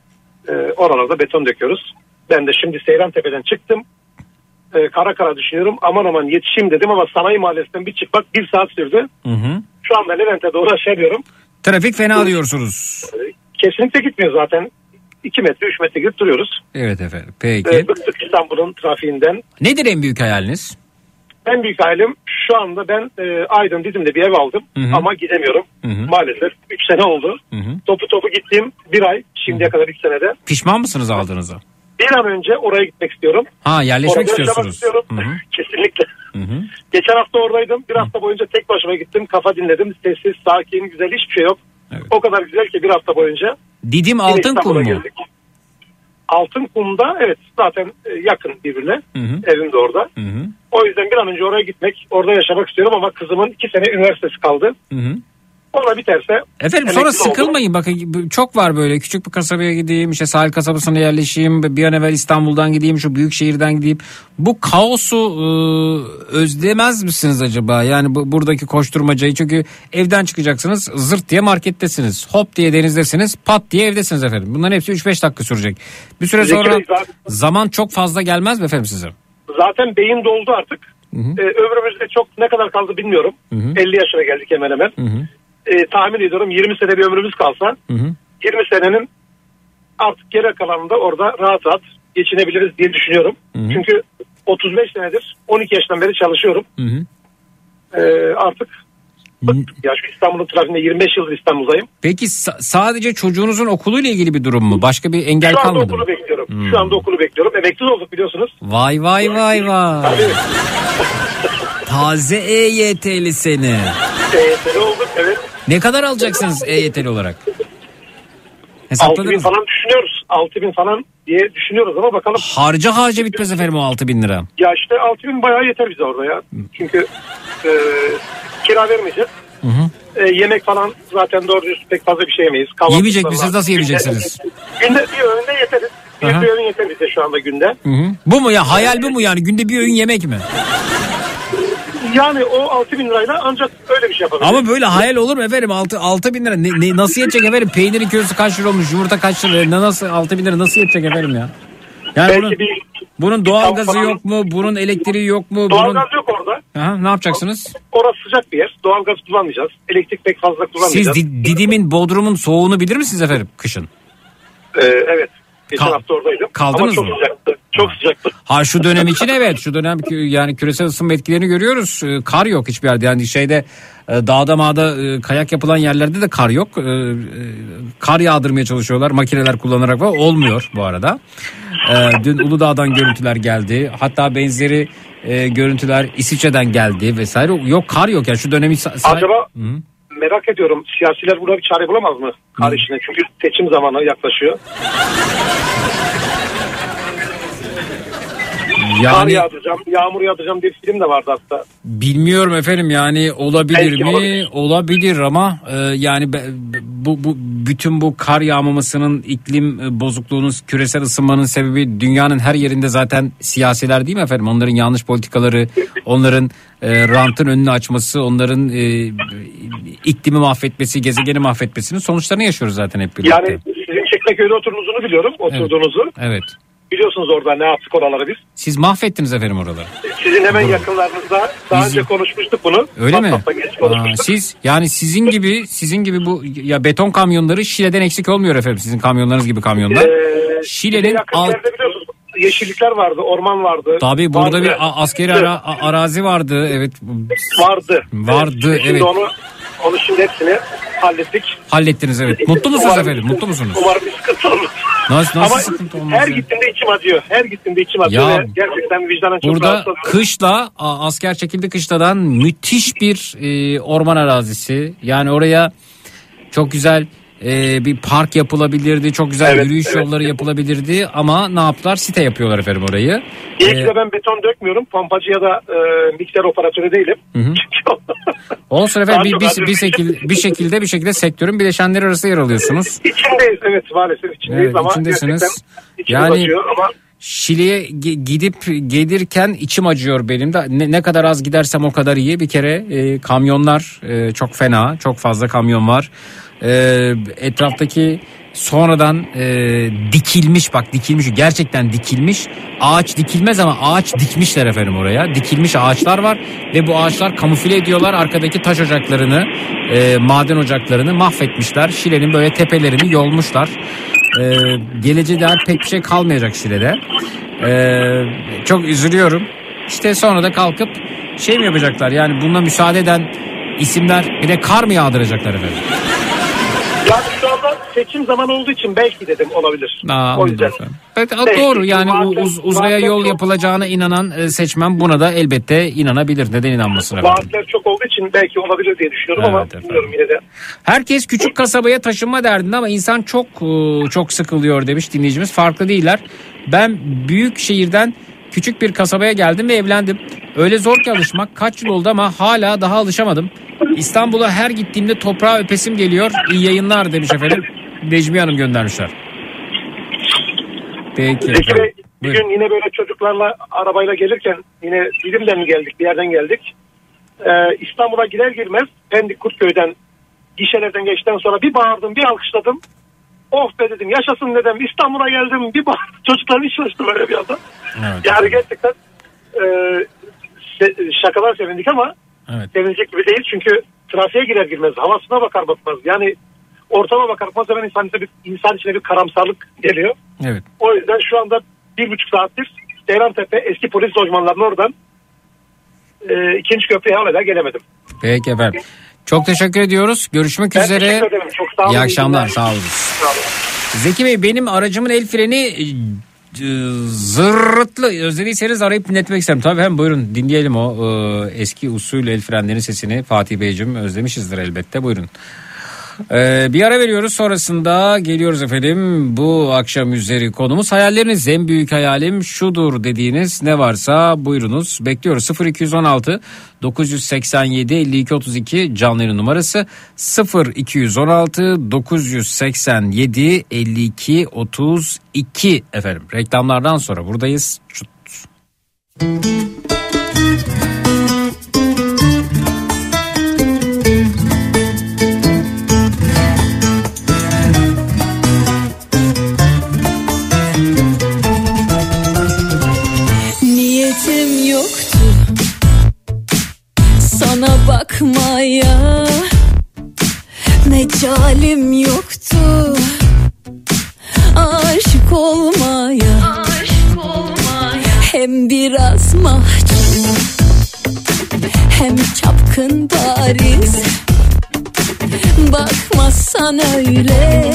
e, oralarda beton döküyoruz. Ben de şimdi Seyrantepe'den çıktım. E, kara kara düşünüyorum. Aman aman yetişeyim dedim ama Sanayi Mahallesi'nden bir çıkmak bir saat sürdü. Hı hı. Şu anda Levent'e doğru aşağı ediyorum. Trafik fena diyorsunuz. Kesinlikle gitmiyor zaten. iki metre üç metre gidip duruyoruz. Evet efendim. Peki. E, bıktık İstanbul'un trafiğinden. Nedir en büyük hayaliniz? En büyük hayalim şu anda ben e, Aydın Didim'de bir ev aldım. Hı hı. Ama gidemiyorum. Hı hı. Maalesef üç sene oldu. Hı hı. Topu topu gittiğim bir ay. Şimdiye hı hı. kadar üç senede. Pişman mısınız aldığınıza? Bir an önce oraya gitmek istiyorum. Ha, yerleşmek oraya istiyorsunuz. Istiyorum. Hı hı. Kesinlikle. Hı hı. Geçen hafta oradaydım. Bir hafta boyunca tek başıma gittim. Kafa dinledim. Sessiz, sakin, güzel, hiçbir şey yok. Evet. O kadar güzel ki bir hafta boyunca. Didim Altınkum mu? Geldik. Altınkum'da evet zaten yakın birbirine. Hı hı. Evim de orada. Hı hı. O yüzden bir an önce oraya gitmek, orada yaşamak istiyorum ama kızımın iki sene üniversitesi kaldı. Hı hı. Ona biterse... Efendim sonra sıkılmayın. Oldu. Bakın çok var böyle. Küçük bir kasabaya gideyim, işte sahil kasabasına yerleşeyim, bir an evvel İstanbul'dan gideyim, şu büyük şehirden gideyim. Bu kaosu e, özlemez misiniz acaba? Yani bu, buradaki koşturmacayı, çünkü evden çıkacaksınız, zırt diye markettesiniz, hop diye denizdesiniz, pat diye evdesiniz efendim. Bunların hepsi üç beş dakika sürecek. Bir süre sonra zaman çok fazla gelmez mi efendim size? Zaten beyin doldu artık. Hı hı. Ee, ömrümüzde çok ne kadar kaldı bilmiyorum. Hı hı. elli yaşına geldik hemen hemen. Hı hı. Ee, tahmin ediyorum yirmi sene bir ömrümüz kalsa hı hı. yirmi senenin artık geri kalanında orada rahat rahat geçinebiliriz diye düşünüyorum. Hı hı. Çünkü otuz beş senedir on iki yaştan beri çalışıyorum. Hı hı. Ee, artık hı. ya şu İstanbul'un trafiğinde yirmi beş yıldır İstanbul'dayım. Peki sa- sadece çocuğunuzun okuluyla ilgili bir durum mu? Başka bir engel kalmadı mı? Şu anda okulu bekliyorum. Hmm. Şu anda okulu bekliyorum. Emekli olduk biliyorsunuz. Vay vay vay vay. Taze E Y T'li seni. E Y T'li olduk evet. Ne kadar alacaksınız E Y T'li olarak? altı bin falan düşünüyoruz. altı bin falan diye düşünüyoruz ama bakalım. Harca harca bitmez efendim o altı bin lira. Ya işte altı bin bayağı yeter bize orada ya. Çünkü e, kira vermeyeceğiz. Hı hı. E, yemek falan zaten doğru düz pek fazla bir şey yemeyiz. Yemeyecek misiniz? Nasıl yemeyeceksiniz? Günde bir öğünde yeteriz. Bir, bir öğün yeter bize şu anda günde. Hı hı. Bu mu ya? Hayal bu mu yani? Günde bir öğün yemek mi? Yani o altı bin lirayla ancak öyle bir şey yapabiliriz. Ama böyle hayal olur mu efendim? altı bin lira ne, ne, nasıl yetecek efendim? Peynirin kilosu kaç lira olmuş? Yumurta kaç lira? Ne nasıl altı bin lira nasıl yetecek efendim ya? Yani Belki bunun, bir, bunun doğalgazı yok mu? Bunun elektriği yok mu? Doğalgaz bunun... yok orada. Aha, ne yapacaksınız? Orası sıcak bir yer. Doğalgaz kullanmayacağız. Elektrik pek fazla kullanmayacağız. Siz Didim'in, Bodrum'un soğuğunu bilir misiniz efendim kışın? Ee, evet. Geçen Kal- hafta oradaydım. Kaldınız Ama mı? çok sıcaktı. Çok sıcaktı. Ha şu dönem için evet. Şu dönem yani küresel ısınma etkilerini görüyoruz. Kar yok hiçbir yerde. Yani şeyde dağda mağda kayak yapılan yerlerde de kar yok. Kar yağdırmaya çalışıyorlar makineler kullanarak ve olmuyor bu arada. Dün Uludağ'dan görüntüler geldi. Hatta benzeri görüntüler İsviçre'den geldi vesaire. Yok kar yok yani şu dönemi. Say- Acaba Hı? merak ediyorum siyasiler buna bir çare bulamaz mı? Kar işine. Çünkü seçim zamanı yaklaşıyor. Yani, kar yağdıracağım, yağmur yağdıracağım diye bir film de vardı hatta. Bilmiyorum efendim yani olabilir Belki mi? olabilir. Olabilir ama e, yani be, bu, bu bütün bu kar yağmamasının, iklim e, bozukluğunun, küresel ısınmanın sebebi dünyanın her yerinde zaten siyasiler değil mi efendim? Onların yanlış politikaları, onların e, rantın önünü açması, onların e, iklimi mahvetmesi, gezegeni mahvetmesinin sonuçlarını yaşıyoruz zaten hep birlikte. Yani sizin Çekmeköy'de oturduğunuzu biliyorum, oturduğunuzu. Evet. evet. Biliyorsunuz orada ne yaptık oraları biz. Siz mahvettiniz efendim oraları. Sizin hemen yakınlarınızda daha Biz... önce konuşmuştuk bunu. Öyle mi? Aa, siz yani sizin gibi sizin gibi bu ya beton kamyonları Şile'den eksik olmuyor efendim. Sizin kamyonlarınız gibi kamyonlar. Ee, Şile'nin alt biliyorsunuz yeşillikler vardı, orman vardı. Tabii burada vardı. bir askeri ara, arazi vardı. Evet. Vardı. Vardı evet. evet. Onu onu şimdi hepsini hallettik. Hallettiniz evet. Mutlu musunuz umarım, efendim? Mutlu musunuz? Umarım bir sıkıntı olmaz. Nasıl, nasıl Ama sıkıntı olmaz? her ya? gittiğimde içim acıyor. Her gittiğimde içim acıyor ya, ve gerçekten vicdanen çok burada rahatsız. kışla asker çekildi kışladan müthiş bir e, orman arazisi. Yani oraya çok güzel e, bir park yapılabilirdi. Çok güzel evet, yürüyüş evet. yolları yapılabilirdi. Ama ne yaptılar? Site yapıyorlar efendim orayı. İlk ee, de ben beton dökmüyorum. Pompacı ya da e, mikser operatörü değilim. Hı hı. Olsun efendim bir, bir, bir, şekilde, bir şekilde bir şekilde sektörün bileşenleri arasında yer alıyorsunuz. İçindeyiz evet maalesef içindeyiz evet, ama içindesiniz. Yani ama... Şile'ye gidip gelirken içim acıyor benim de. Ne, ne kadar az gidersem o kadar iyi. Bir kere e, kamyonlar e, çok fena. Çok fazla kamyon var. E, etraftaki sonradan e, dikilmiş, bak dikilmiş, gerçekten dikilmiş. Ağaç dikilmez ama ağaç dikmişler efendim oraya. Dikilmiş ağaçlar var ve bu ağaçlar kamufle ediyorlar. Arkadaki taş ocaklarını, e, maden ocaklarını mahvetmişler. Şile'nin böyle tepelerini yolmuşlar. E, geleceğe dair pek bir şey kalmayacak Şile'de. E, çok üzülüyorum. İşte sonra da kalkıp şey mi yapacaklar, yani buna müsaade eden isimler bir de kar mı yağdıracaklar efendim? Yani şu anda seçim zamanı olduğu için belki dedim olabilir. Aa, o yüzden. Evet, belki, doğru yani vaatler, uz, uzaya yol çok, yapılacağına inanan seçmen buna da elbette inanabilir. Neden inanmasın efendim? Vaatler çok olduğu için belki olabilir diye düşünüyorum evet, ama efendim. Bilmiyorum yine de. Herkes küçük kasabaya taşınma derdinde ama insan çok çok sıkılıyor demiş dinleyicimiz. Farklı değiller. Ben büyük şehirden küçük bir kasabaya geldim ve evlendim. Öyle zor ki alışmak, kaç yıl oldu ama hala daha alışamadım. İstanbul'a her gittiğimde toprağa öpesim geliyor. İyi yayınlar demiş efendim. Necmiye Hanım göndermişler. Peki. Zeki Bey, bir gün yine böyle çocuklarla arabayla gelirken yine Dilim'den geldik, bir yerden geldik. Ee, İstanbul'a girer girmez Pendik Kurtköy'den gişelerden geçtikten sonra bir bağırdım, bir alkışladım. Oh be dedim, yaşasın dedim, İstanbul'a geldim, bir bağırdım. Çocuklar bir çalıştı böyle bir anda. Evet. Yani gerçekten e, şakalar sevindik ama evet. Sevinecek gibi değil çünkü trafiğe girer girmez havasına bakar bakmaz yani ortama bakar bakmaz hemen insan içine bir, insan içine bir karamsarlık geliyor. Evet. O yüzden şu anda bir buçuk saattir Seyrantepe eski polis lojmanlarının oradan e, ikinci köprüye hala gelemedim. Peki efendim. Çok teşekkür ediyoruz. Görüşmek ben üzere. Teşekkür ederim. Çok sağ olun. İyi akşamlar. Sağ olun. Sağ olun. Zeki Bey, benim aracımın el freni zırrıtlı, özlediyseniz arayıp dinletmek isterim. Tabii hem buyurun dinleyelim o e, eski usul el frenlerin sesini. Fatih Beyciğim, özlemişizdir elbette, buyurun. Ee, bir ara veriyoruz, sonrasında geliyoruz efendim. Bu akşam üzeri konumuz hayalleriniz. En büyük hayalim şudur dediğiniz ne varsa buyurunuz, bekliyoruz. sıfır iki on altı dokuz seksen yedi elli iki otuz iki canlı yayın numarası sıfır iki on altı dokuz seksen yedi elli iki otuz iki efendim. Reklamlardan sonra buradayız. Çut. Sana bakmaya mecalim yoktu, aşık olmaya, aşık olmaya. Hem biraz mahcup hem çapkın bariz, bakmazsan öyle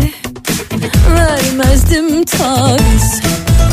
vermezdim taviz.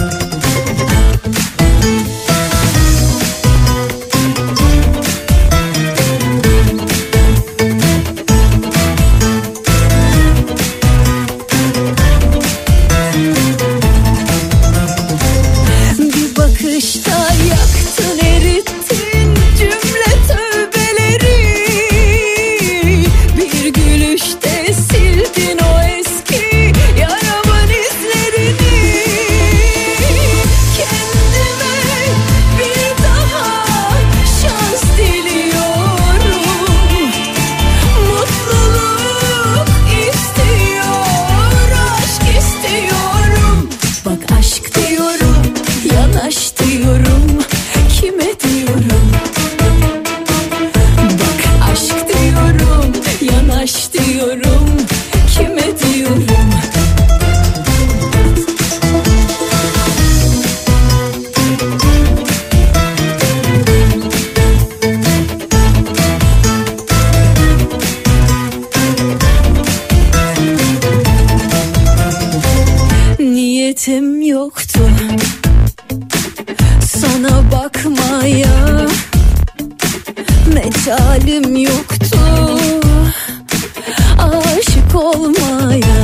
Niyetim yoktu sana bakmaya, mecalim yoktu aşık olmaya.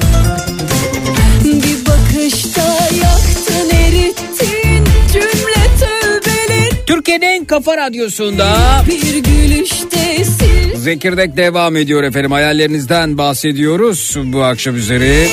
Bir bakışta yaktın, erittin cümle tövbeleri. Türkiye'nin en kafa radyosunda bir gülüşte sil. Zekirdek devam ediyor efendim. Hayallerinizden bahsediyoruz bu akşam üzeri.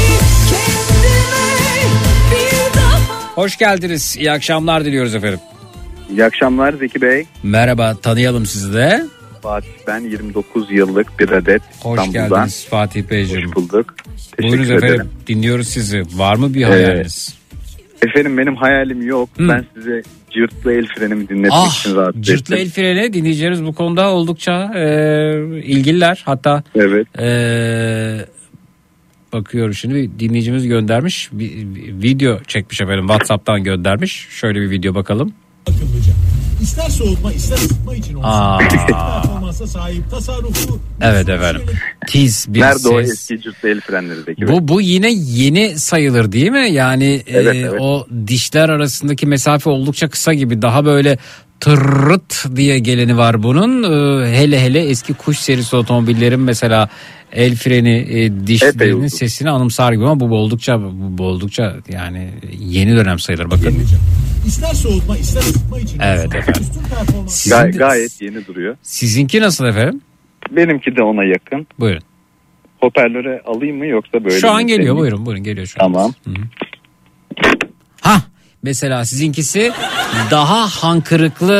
Hoş geldiniz. İyi akşamlar diliyoruz efendim. İyi akşamlar Zeki Bey. Merhaba, tanıyalım sizi de. Fatih ben yirmi dokuz yıllık bir adet Hoş İstanbul'dan. geldiniz Fatih Beyciğim. Hoş bulduk. Buyurun Teşekkür efendim, ederim. dinliyoruz sizi. Var mı bir hayaliniz? Ee, efendim benim hayalim yok. Hı. Ben size cırtlı el frenimi dinletmek Ah, için rahatsız ettim. cırtlı el freni dinleyicilerimiz bu konuda oldukça e, ilgililer. Hatta Evet. e, bakıyorum şimdi, bir dinleyicimiz göndermiş. Bir, bir video çekmiş efendim, WhatsApp'tan göndermiş. Şöyle bir video bakalım. Akıllıca. İster soğutma ister ısıtma için olsun. Aa. Performansa sahip tasarruflu. Evet efendim. Tiz bir Nerede ses. o eski cırtlı el frenleri Zeki Bey? Bu bu yine yeni sayılır değil mi? Yani Evet, e, evet. o dişler arasındaki mesafe oldukça kısa gibi, daha böyle tırırt diye geleni var bunun. E, hele hele eski kuş serisi otomobillerin mesela el freni e, Epey dişlerinin uzun. sesini anımsar gibi, ama bu oldukça bu, bu oldukça yani yeni dönem sayılır, bakın. İster soğutma ister ısıtma için Evet olsun. efendim. Üstün performans. Sizin Gay- de- gayet yeni duruyor. Sizinki nasıl efendim? Benimki de ona yakın. Buyurun. Hoparlöre alayım mı yoksa böyle Şu mi an geliyor, deneyeyim? buyurun buyurun, geliyor şu an. Tamam. Ha, mesela sizinkisi daha hankırıklı.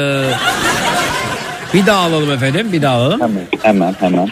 E, bir daha alalım efendim, bir daha alalım. Hemen hemen hemen.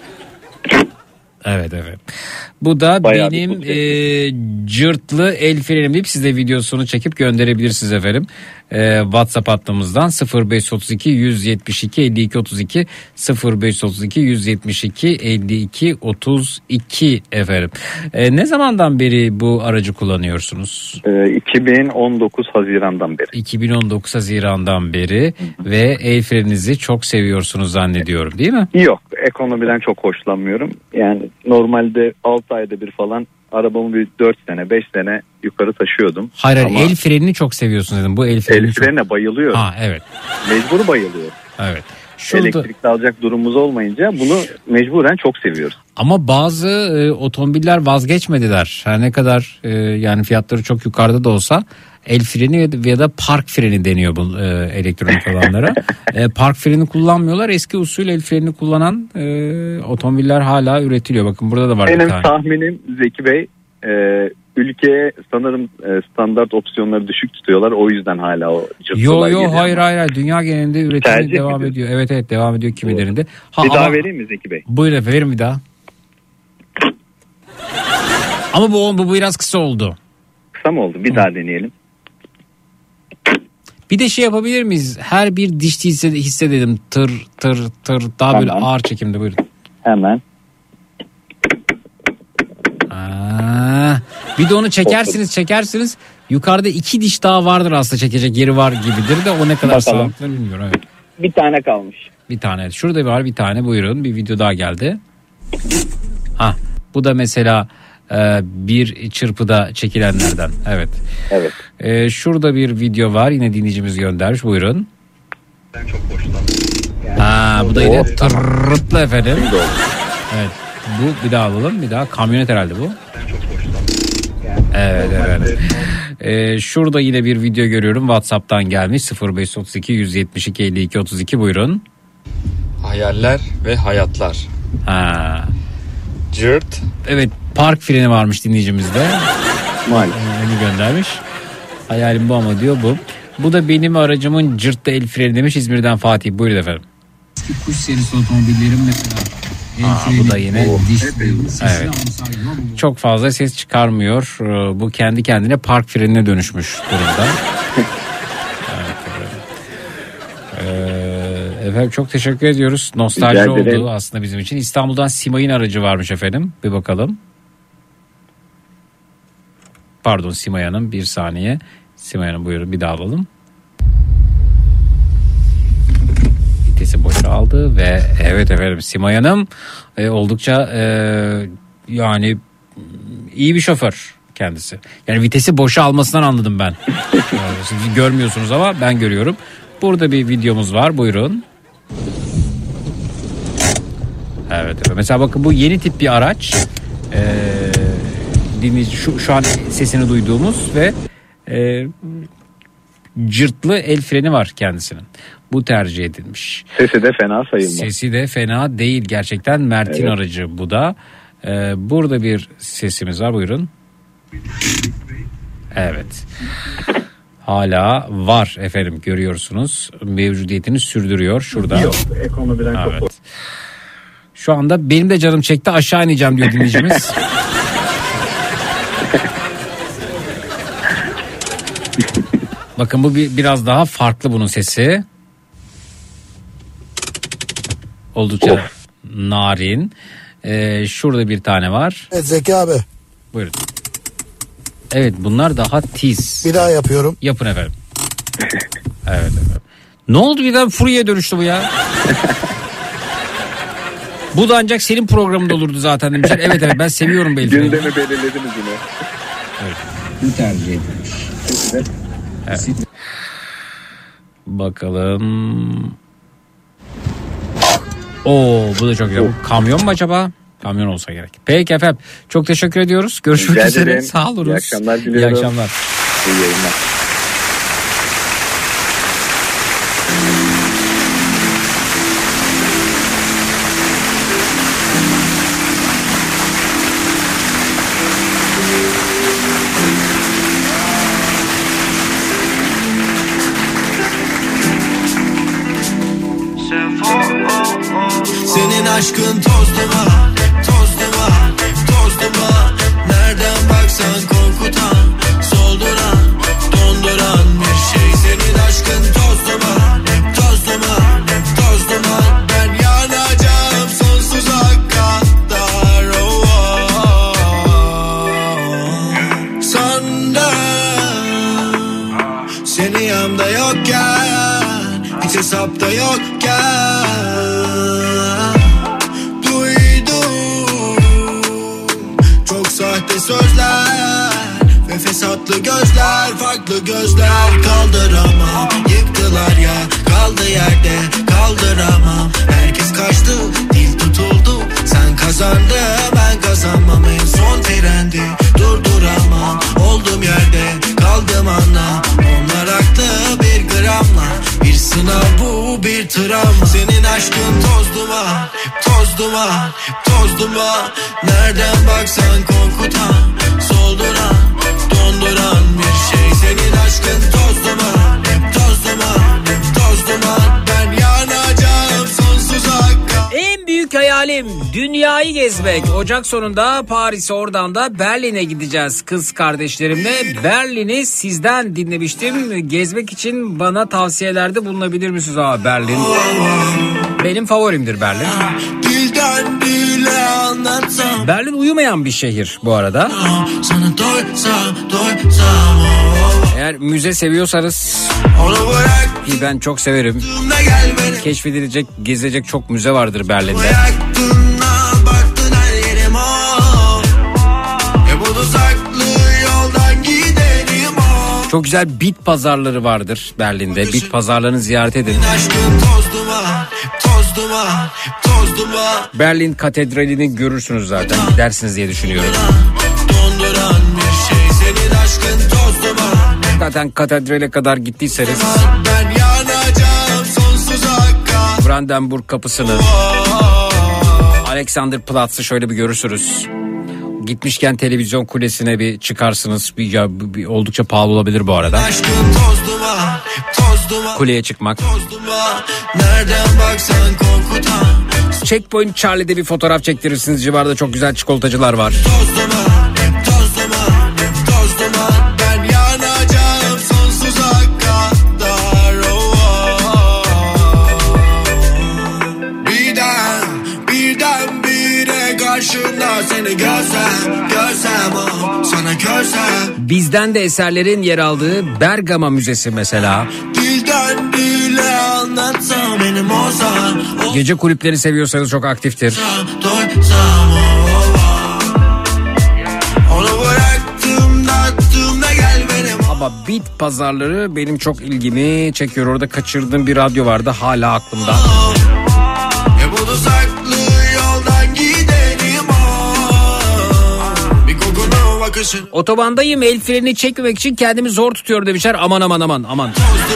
Evet evet. Bu da Bayağı bir benim mutlu e, cırtlı el frenim deyip size videosunu çekip gönderebilirsiniz efendim. E, WhatsApp hattımızdan sıfır beş otuz iki yüz yetmiş iki elli iki otuz iki sıfır beş otuz iki yüz yetmiş iki elli iki otuz iki efendim. E, ne zamandan beri bu aracı kullanıyorsunuz? Ee, iki bin on dokuz Haziran'dan beri. iki bin on dokuz Haziran'dan beri ve el freninizi çok seviyorsunuz zannediyorum, değil mi? Yok, ekonomiden çok hoşlanmıyorum. Yani normalde altı ayda bir falan arabamı bir dört sene beş sene yukarı taşıyordum. Hayır, hayır, Ama el frenini çok seviyorsunuz dedim. Bu el frenini el çok... frenine bayılıyorum. Ha evet. Mecbur bayılıyorum. Evet. Şurada... Elektrikli alacak durumumuz olmayınca bunu mecburen çok seviyoruz. Ama bazı e, otomobiller vazgeçmediler. Her ne kadar e, yani fiyatları çok yukarıda da olsa el freni ya da, ya da park freni deniyor bu e, elektronik olanlara. e, park freni kullanmıyorlar. Eski usul el freni kullanan e, otomobiller hala üretiliyor. Bakın burada da var Benim bir tane. tahminim Zeki Bey, e, ülkeye sanırım e, standart opsiyonları düşük tutuyorlar. O yüzden hala o Yo cırtlılar yo geliyor. hayır hayır hayır. Dünya genelinde üretimi Tercih devam mi ediyor. Evet evet, devam ediyor kimilerinde. Ha, Bir ama... daha vereyim mi Zeki Bey? Buyurun efendim, verin bir daha. Ama bu, bu biraz kısa oldu. Kısa mı oldu? Bir daha deneyelim. Bir de şey yapabilir miyiz? Her bir dişti hisse, hissedelim. Tır tır tır. Daha Tamam. böyle ağır çekimde, buyurun. Hemen. Aa, bir de onu çekersiniz çekersiniz. Yukarıda iki diş daha vardır aslında, çekecek yeri var gibidir de o ne kadar Bakalım. sağlıklı bilmiyorum. Evet. Bir tane kalmış. Bir tane. Şurada var bir tane, buyurun. Bir video daha geldi. Ha, bu da mesela e, bir çırpıda çekilenlerden. Evet. Evet. E, şurada bir video var. Yine dinleyicimiz göndermiş. Buyurun. Ben çok hoşlandım. Ha, bu da yine Oh, tırrıtlı efendim. Şimdi oldu. Evet. Bu bir daha alalım. Bir daha. Kamyonet herhalde bu. Ben çok hoşlandım. Evet evet. Ee, şurada yine bir video görüyorum. WhatsApp'tan gelmiş. sıfır beş otuz iki yüz yetmiş iki elli iki otuz iki, buyurun. Hayaller ve hayatlar. Ha. Cırt. Evet, park freni varmış dinleyicimizde. Maalesef. Onu göndermiş. Hayalim bu ama diyor bu. Bu da benim aracımın cırtlı el freni demiş İzmir'den Fatih. Buyurun efendim. Kuş serisi otomobillerin mesela. Aa, bu da yine diş. Evet. Çok fazla ses çıkarmıyor. Bu kendi kendine park frenine dönüşmüş durumda. Evet, evet. Ee, efendim çok teşekkür ediyoruz. Nostalji oldu aslında bizim için. İstanbul'dan Simay'ın aracı varmış efendim. Bir bakalım. Pardon, Simay Hanım, bir saniye. Simay Hanım buyurun, bir daha alalım. Vitesi boşaldı ve evet efendim Simay Hanım e, oldukça e, yani iyi bir şoför kendisi. Yani vitesi boşa almasından anladım ben. Siz görmüyorsunuz ama ben görüyorum. Burada bir videomuz var, buyurun. Evet, evet. Mesela bakın bu yeni tip bir araç. Ee, dinleyici şu, şu an sesini duyduğumuz ve e, cırtlı el freni var kendisinin. Bu tercih edilmiş. Sesi de fena sayılmaz. Sesi de fena değil gerçekten. Mert'in evet. aracı bu da. Ee, burada bir sesimiz var, buyurun. Evet. Hala var efendim, görüyorsunuz. Mevcudiyetini sürdürüyor şurada. Yok, ekonomiden evet. çok. Şu anda benim de canım çekti, aşağı ineceğim diyor dinleyicimiz. Bakın bu bir, biraz daha farklı bunun sesi. Oldukça of. narin. Ee, şurada bir tane var. Evet Zeki abi. Buyurun. Evet, bunlar daha tiz. Bir daha yapıyorum. Yapın efendim. Evet efendim. Ne oldu, birden Furya'ya dönüştü bu ya? Bu da ancak senin programında olurdu zaten demişler. Evet evet, ben seviyorum belki. Gündemi belirlediniz yine. Evet. Bu tercih edilmiş. Evet. Bakalım. Oo, bu da çok güzel. Bu kamyon mu acaba? Kamyon olsa gerek. Peki efendim. Çok teşekkür ediyoruz. Görüşmek Rica üzere. ederim. Sağ olun. İyi akşamlar diliyorum. İyi akşamlar. İyi yayınlar. Senin aşkın toz duman, toz duman, toz duman. Nereden baksan korkutan, solduran, donduran bir şey. Senin aşkın toz duman, toz duman, toz duman. Ben yanacağım sonsuza kadar. Oh, oh, oh. Sandım seni yanımda yokken, hiç hesapta yokken. Sahte sözler ve fesatlı gözler, farklı gözler. Kaldıramam, yıktılar ya, kaldı yerde, kaldıramam. Herkes kaçtı, dil tutuldu. Sen kazandın, ben kazanmam. En son frendi durduramam. Oldum yerde, kaldım anla. Onlar aktı bir gramla. Bir sınav bu, bir travma. Senin aşkın toz duman, toz duman, toz duman. Nereden baksan korkutan, solduran, donduran bir şey. Senin aşkın toz duman, toz duman, toz duman. Ben yanacağım sonsuza kadar. En büyük hayalim dünyayı gezmek. Ocak sonunda Paris'e, oradan da Berlin'e gideceğiz kız kardeşlerimle. Berlin'i sizden dinlemiştim. Gezmek için bana tavsiyelerde bulunabilir misiniz? Aa, Berlin benim favorimdir, Berlin. Dilden dile anlatsam. Berlin uyumayan bir şehir bu arada. Sana doysam, doysam. Eğer müze seviyorsanız, ki ben çok severim, keşfedilecek, gezilecek çok müze vardır Berlin'de. Çok güzel bit pazarları vardır Berlin'de. Bit pazarlarını ziyaret edin. Berlin Katedrali'ni görürsünüz zaten. Gidersiniz diye düşünüyorum. Zaten katedrale kadar gittiyseniz Brandenburg kapısını, Alexanderplatz'ı şöyle bir görürsünüz. Gitmişken televizyon kulesine bir çıkarsınız. Bir, ya, bir, oldukça pahalı olabilir bu arada. Kuleye çıkmak. Checkpoint Charlie'de bir fotoğraf çektirirsiniz. Civarda çok güzel çikolatacılar var. Seni görsem, görsem o, sana görsem. Bizden de eserlerin yer aldığı Bergama Müzesi mesela. Dilden dile anlatsam benim olsan. Gece kulüpleri seviyorsanız çok aktiftir. Doysam o, onu bıraktım da attım da gel benim. Ama bit pazarları benim çok ilgimi çekiyor. Orada kaçırdığım bir radyo vardı, hala aklımda. E bunu saklı yoldan gidelim. Otobandayım, el freni çekmemek için kendimi zor tutuyor demişler. Aman aman aman aman.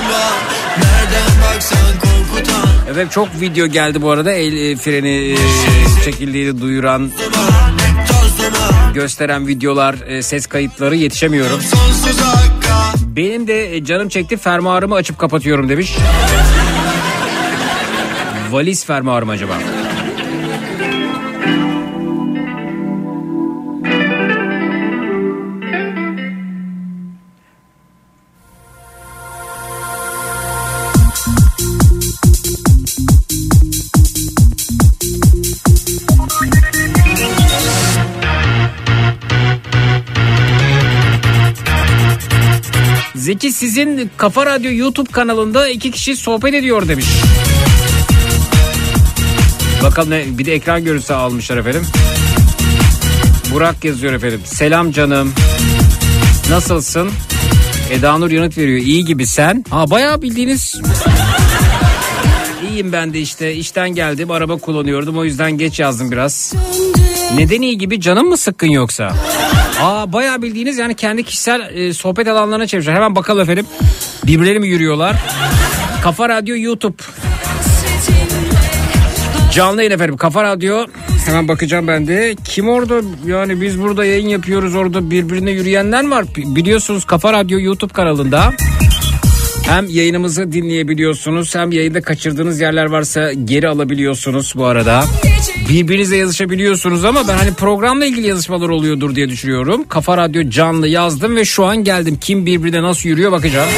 Evet, çok video geldi bu arada. El freni çekildiğini duyuran, gösteren videolar, ses kayıtları, yetişemiyorum. Benim de canım çekti, fermuarımı açıp kapatıyorum demiş. Valiz fermuarı mı acaba? Zeki, sizin Kafa Radyo YouTube kanalında iki kişi sohbet ediyor demiş. Bakalım ne, bir de ekran görüntüsü almışlar efendim. Burak yazıyor efendim. Selam canım. Nasılsın? Eda Nur yanıt veriyor. İyi gibi, sen? Ha, bayağı bildiğiniz. İyiyim ben de işte. İşten geldim. Araba kullanıyordum. O yüzden geç yazdım biraz. Neden iyi gibi? Canım mı sıkkın yoksa? Aa, bayağı bildiğiniz yani kendi kişisel e, sohbet alanlarına çevirmişler. Hemen bakalım efendim. Birbirleri mi yürüyorlar? Kafa Radyo YouTube. Canlı yayın efendim. Kafa Radyo. Hemen bakacağım ben de. Kim orada? Yani biz burada yayın yapıyoruz. Orada birbirine yürüyenler var. Biliyorsunuz Kafa Radyo YouTube kanalında. Hem yayınımızı dinleyebiliyorsunuz, hem yayında kaçırdığınız yerler varsa geri alabiliyorsunuz bu arada. Birbirinizle yazışabiliyorsunuz ama ben hani programla ilgili yazışmalar oluyordur diye düşünüyorum. Kafa Radyo canlı yazdım ve şu an geldim. Kim birbirine nasıl yürüyor bakacağım.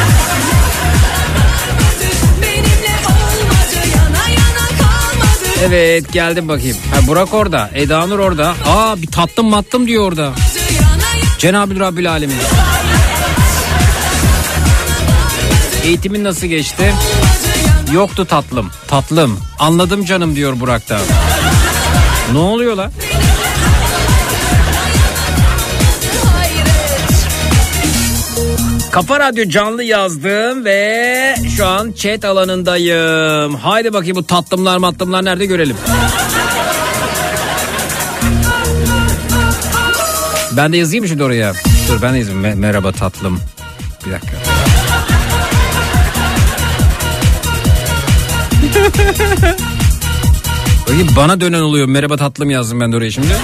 Evet, geldim bakayım. Ha, Burak orada, Eda Nur orada. Aa, bir tatlım mattım diyor orada. Cenab-ı Rabbil Alemin. Eğitimin nasıl geçti? Yoktu tatlım. Tatlım. Anladım canım diyor Burak da. Ne oluyor lan? Kafa Radyo canlı yazdım ve şu an chat alanındayım. Haydi bakayım, bu tatlımlar matlımlar nerede görelim. Ben de yazayım mı şimdi oraya? Dur ben de yazayım. Me- merhaba tatlım. Bir dakika. Bana dönen oluyor. Merhaba tatlım yazdım ben de oraya şimdi.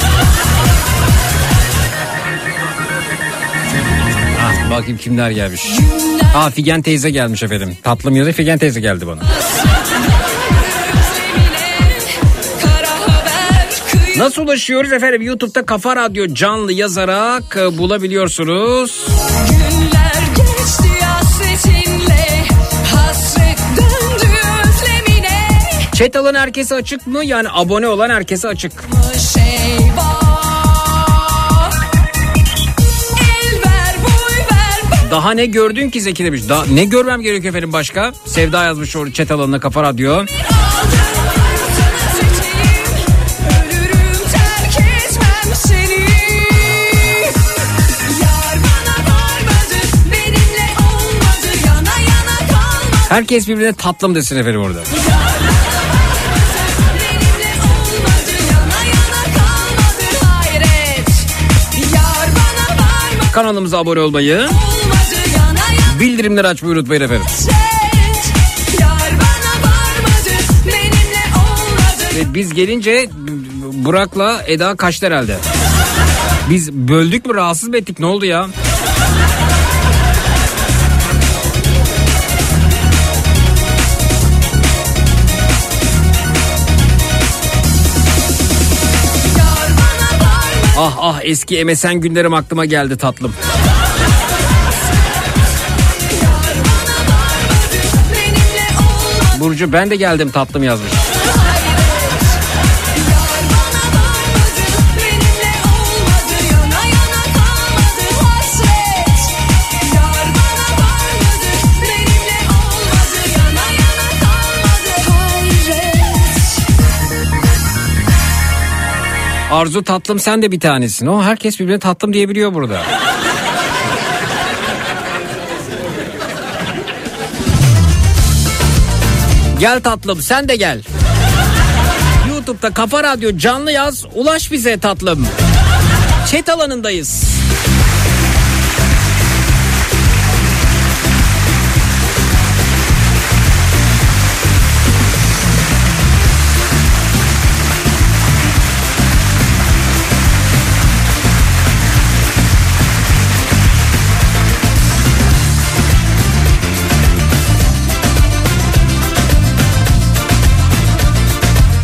Ah, bakayım kimler gelmiş. Aa, Figen teyze gelmiş efendim. Tatlım yazıyor, Figen teyze geldi bana. Nasıl ulaşıyoruz efendim? YouTube'da Kafa Radyo canlı yazarak bulabiliyorsunuz. Günler geçti hasretinle, hasret döndü özlemine. Chat alan herkese açık mı? Yani abone olan herkese açık. Şey Daha ne gördün ki Zeki demiş. Daha ne görmem gerekiyor efendim başka? Sevda yazmış orada chat alanına Kafa Radyo. Herkes birbirine tatlım desin efendim orada. Kanalımıza abone olmayı, bildirimleri açmayı unutmayın efendim. Ve biz gelince Burak'la Eda kaçtı herhalde. Biz böldük mü, rahatsız mı ettik, ne oldu ya? Ah ah, eski M S N günlerim aklıma geldi tatlım. Burcu ben de geldim tatlım yazmış. Arzu tatlım sen de bir tanesin. O herkes birbirine tatlım diyebiliyor burada. Gel tatlım sen de gel. YouTube'da Kafa Radyo canlı yaz, ulaş bize tatlım. Chat alanındayız.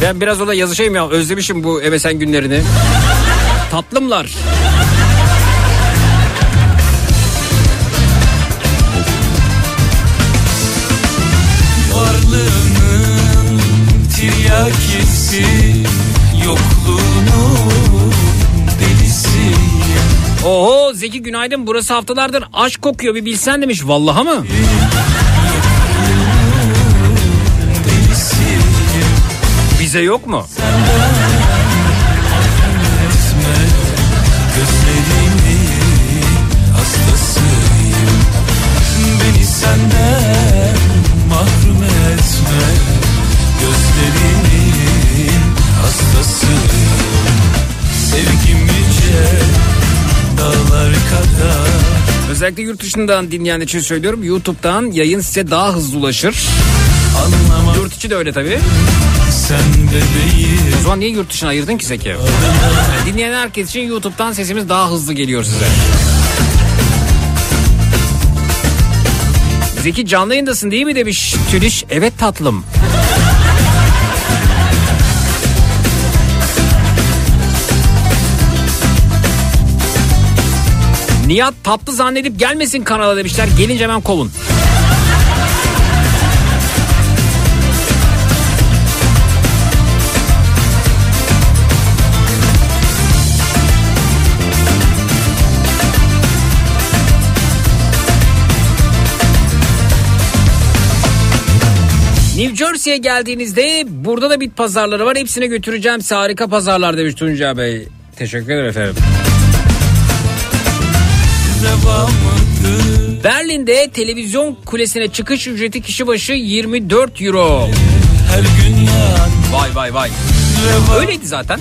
Ben biraz orada yazışayım ya, özlemişim bu M S N günlerini. Tatlımlar. Varlığının tiryakisi, yokluğunun delisi. Oho Zeki günaydın, burası haftalardır aşk kokuyor bir bilsen demiş. Vallaha mı? Bize yok mu? Beni senden mahrum etme, gözlerimin hastasıyım. Sevgim yüce dağlar kadar. Özellikle yurt dışından dinleyen için söylüyorum, YouTube'dan yayın size daha hızlı ulaşır. Anlamam. Yurt içi de öyle tabii. Sen bebeğim. O zaman niye yurt dışına ayırdın ki Zeki? Yani dinleyen herkes için YouTube'dan sesimiz daha hızlı geliyor size. Zeki canlı yayındasın değil mi demiş Tüliş. Evet tatlım. Nihat tatlı zannedip gelmesin kanala demişler. Gelince hemen kovun. New Jersey'ye geldiğinizde burada da bit pazarları var. Hepsine götüreceğim. Harika pazarlar demiş Tunca Bey. Teşekkür ederim efendim. Berlin'de televizyon kulesine çıkış ücreti kişi başı yirmi dört euro. Her gün yan. Vay vay vay. Öyleydi zaten.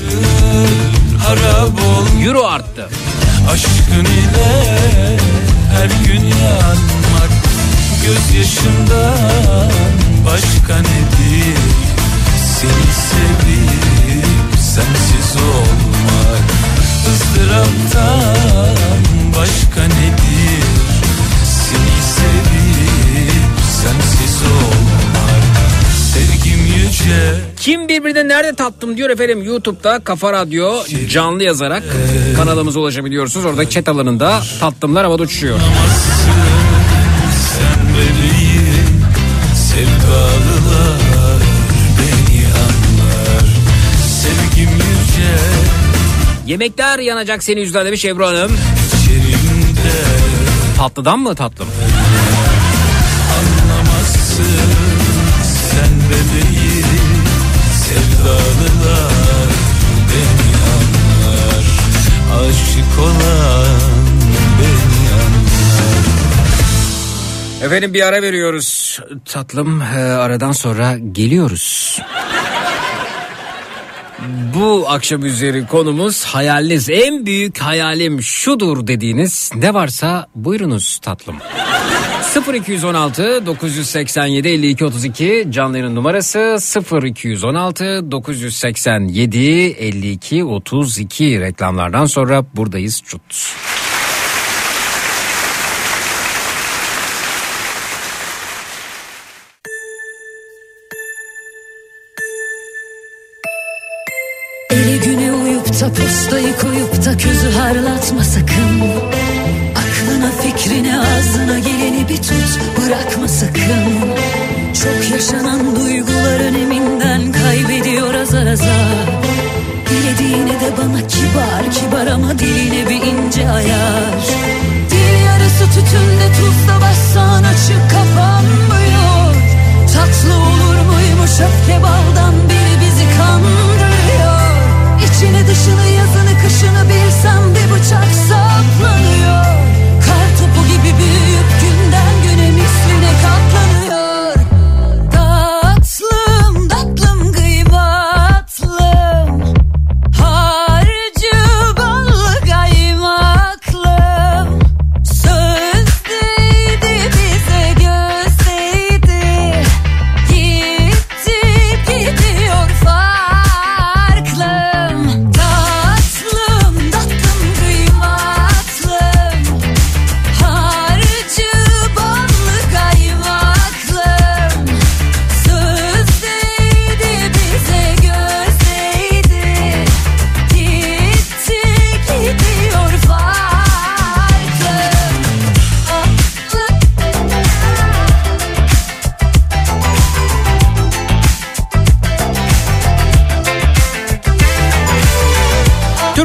Euro arttı. Aşkın ile her gün yanmak, gözyaşından başka nedir? Seni sevip sensiz olmak, ızdıraptan başka nedir? Seni sevip sensiz olmak, sevgim yüce. Kim birbirine nerede tatlım diyor efendim. YouTube'da Kafa Radyo canlı yazarak kanalımıza ulaşabiliyorsunuz. Orada chat alanında tatlımlar havada uçuşuyor. Sen bebeğim, sevdalılar beni anlar, sevgim yüce. Yemekler yanacak seni yüzden demiş Ebru Hanım. İçerimde tatlıdan mı tatlım? Anlamazsın sen bebeğim, sevdalılar beni anlar, aşık olan beni anlar. Efendim bir ara veriyoruz. Tatlım e, aradan sonra geliyoruz. Bu akşam üzeri konumuz hayaliniz. En büyük hayalim şudur dediğiniz ne varsa buyurunuz tatlım. sıfır iki on altı dokuz seksen yedi elli iki otuz iki canlı yayının numarası sıfır iki on altı dokuz seksen yedi elli iki otuz iki. Reklamlardan sonra buradayız. Çut. Eli güne uyup da postayı koyup da gözü harlatma sakın. Aklına fikrine ağzına geleni bir tut, bırakma sakın. Çok yaşanan duygular öneminden kaybediyor azar azar. Dilediğine de bana kibar kibar ama diline bir ince ayar. Dil yarısı tütünde tuzla bassan açık kapanmıyor. Tatlı olur muymuş öfke baldan biri bizi kandırıyor. İçini dışını yazını kışını bilsem bir bıçak saplanıyor. Kar topu gibi büyüyüp günden güne misline katlanıyor. Tatlım tatlım kıymatlım, harcı ballı kaymaklım. Söz değdi bize göz değdi.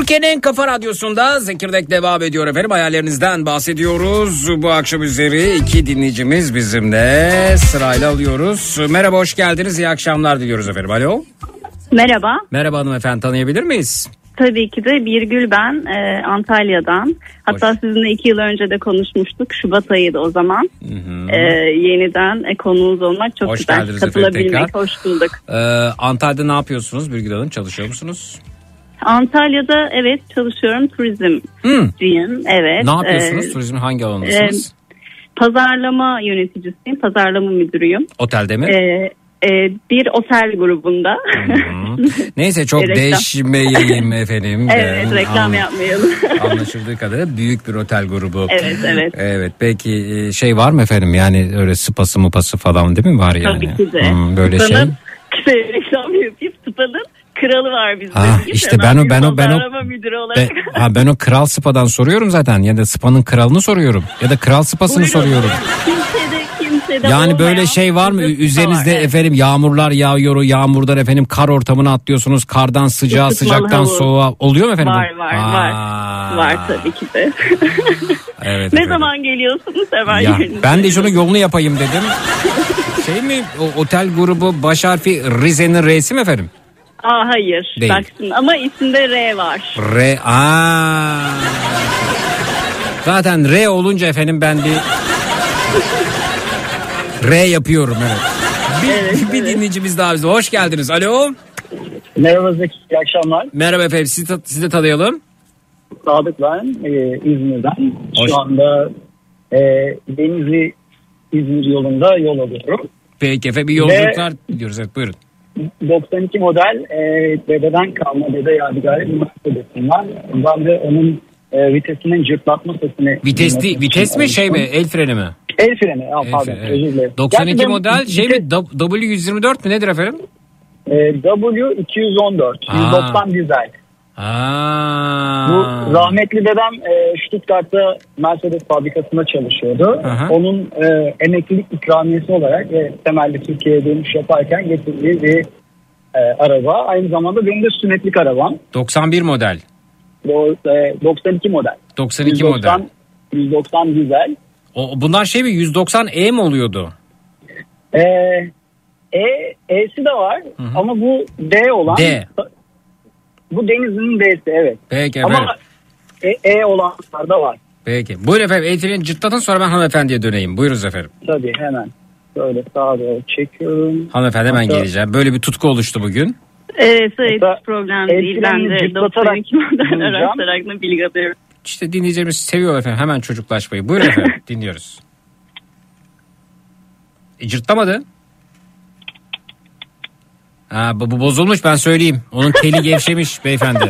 Türkiye'nin Kafa Radyosu'nda Zekirdek devam ediyor efendim. Hayallerinizden bahsediyoruz. Bu akşam üzeri iki dinleyicimiz bizimle, sırayla alıyoruz. Merhaba, hoş geldiniz. İyi akşamlar diliyoruz efendim. Alo. Merhaba. Merhaba hanımefendi, tanıyabilir miyiz? Tabii ki de Birgül ben, e, Antalya'dan. Hatta Hoş. sizinle iki yıl önce de konuşmuştuk. Şubat ayıydı o zaman. E, yeniden e, konuğunuz olmak çok Hoş güzel. geldiniz efendim Katılabilmek tekrar. hoş bulduk. Ee, Antalya'da ne yapıyorsunuz Birgül Hanım? Çalışıyor musunuz? Antalya'da evet çalışıyorum. Turizmciyim. Hmm. Evet. Ne yapıyorsunuz? E, Turizmin hangi alanındasınız? E, pazarlama yöneticisiyim. Pazarlama müdürüyüm. Otelde mi? E, e, bir otel grubunda. Neyse çok Reklam. deşmeyeyim efendim. Evet, Ben reklam an- yapmayalım. Anlaşıldığı kadarıyla büyük bir otel grubu. Evet, evet. Evet, peki e, şey var mı efendim, yani öyle spası mupası falan değil mi var yani? Tabii ki de. Hmm, böyle şey. Spa'nın, şey reklam yapayım. Spa'nın kralı var bizde. Ha, Değil işte mi? ben o bir ben o ben o pazarlama müdürü olarak. ben, ha, ben o kral spadan soruyorum zaten, ya da spa'nın kralını soruyorum ya da kral spasını Buyurun. soruyorum. Kimse de kimse de Yani olmayan böyle şey var mı bizde spa üzerinizde var, evet. efendim, yağmurlar yağıyor, yağmurdan efendim kar ortamına atlıyorsunuz, kardan sıcağa, Isıtmalı sıcaktan havuz. soğuğa oluyor mu efendim? Var bu? var Aa, var. Var tabii ki de. Evet, Ne efendim. zaman geliyorsunuz hemen Ya, yerinize? ben de şunu yolunu yapayım dedim. Şey mi o otel grubu baş harfi Rize'nin R'si mi efendim? Aa hayır. Değil. Bak şimdi, ama isimde R var. R. Aa. Zaten R olunca efendim ben bir R yapıyorum, evet. Bir, Evet, bir evet. dinleyicimiz daha bizde. Hoş geldiniz. Alo. Merhaba Zeki, iyi akşamlar. Merhaba efendim. Sizi, ta- sizi de tanıyalım. Sadık ben, e, İzmir'den. Hoş- Şu anda e, Denizli İzmir yolunda yol alıyorum. Peki efendim, bir yolculuklar diyoruz. Evet, buyurun. doksan iki model e, dededen kalma, dede yadigarı bir Mercedes'im var. Ben de onun e, vitesinin cırtlatma sesini... Vitesli, dinlemek vites için mi şey mi? almıştım. El freni mi? El freni, ha, El pardon, freni, evet. özür dilerim. doksan iki Gerçekten model şey vites- mi? W yüz yirmi dört mi nedir efendim? E, W iki yüz on dört, Aa. yüz doksan dizel. Aa. Bu rahmetli dedem e, Stuttgart'ta Mercedes fabrikasında çalışıyordu. Aha. Onun e, emeklilik ikramiyesi olarak ve temelli Türkiye'ye dönüş yaparken getirdiği bir e, araba. Aynı zamanda benim de sünnetlik arabam. doksan bir model. Do, e, doksan iki model. doksan iki yüz doksan, model. yüz doksan dizel. O, bunlar şey mi? yüz doksan E mi oluyordu? E, e, E'si de var ama bu D olan. D. Bu Denizli'nin D'si, evet. Peki efendim. Ama E, e olanlar da var. Peki. Buyurun efendim. El freni cırtlatın, sonra ben hanımefendiye döneyim. Buyurunuz efendim. Tabii, hemen. Böyle sağa doğru çekiyorum. Hanımefendi hemen Hatta- geleceğim. Böyle bir tutku oluştu bugün. Evet, evet, Hatta hiç problem el değil. Ben frenini de cırtlatarak doksan iki model bulacağım. araçlar hakkında bilgi alıyorum. İşte dinleyicilerimiz seviyor efendim hemen çocuklaşmayı. Buyurun efendim, dinliyoruz. E, cırtlamadı. Ha, bu, bu bozulmuş, ben söyleyeyim. Onun teli gevşemiş beyefendi.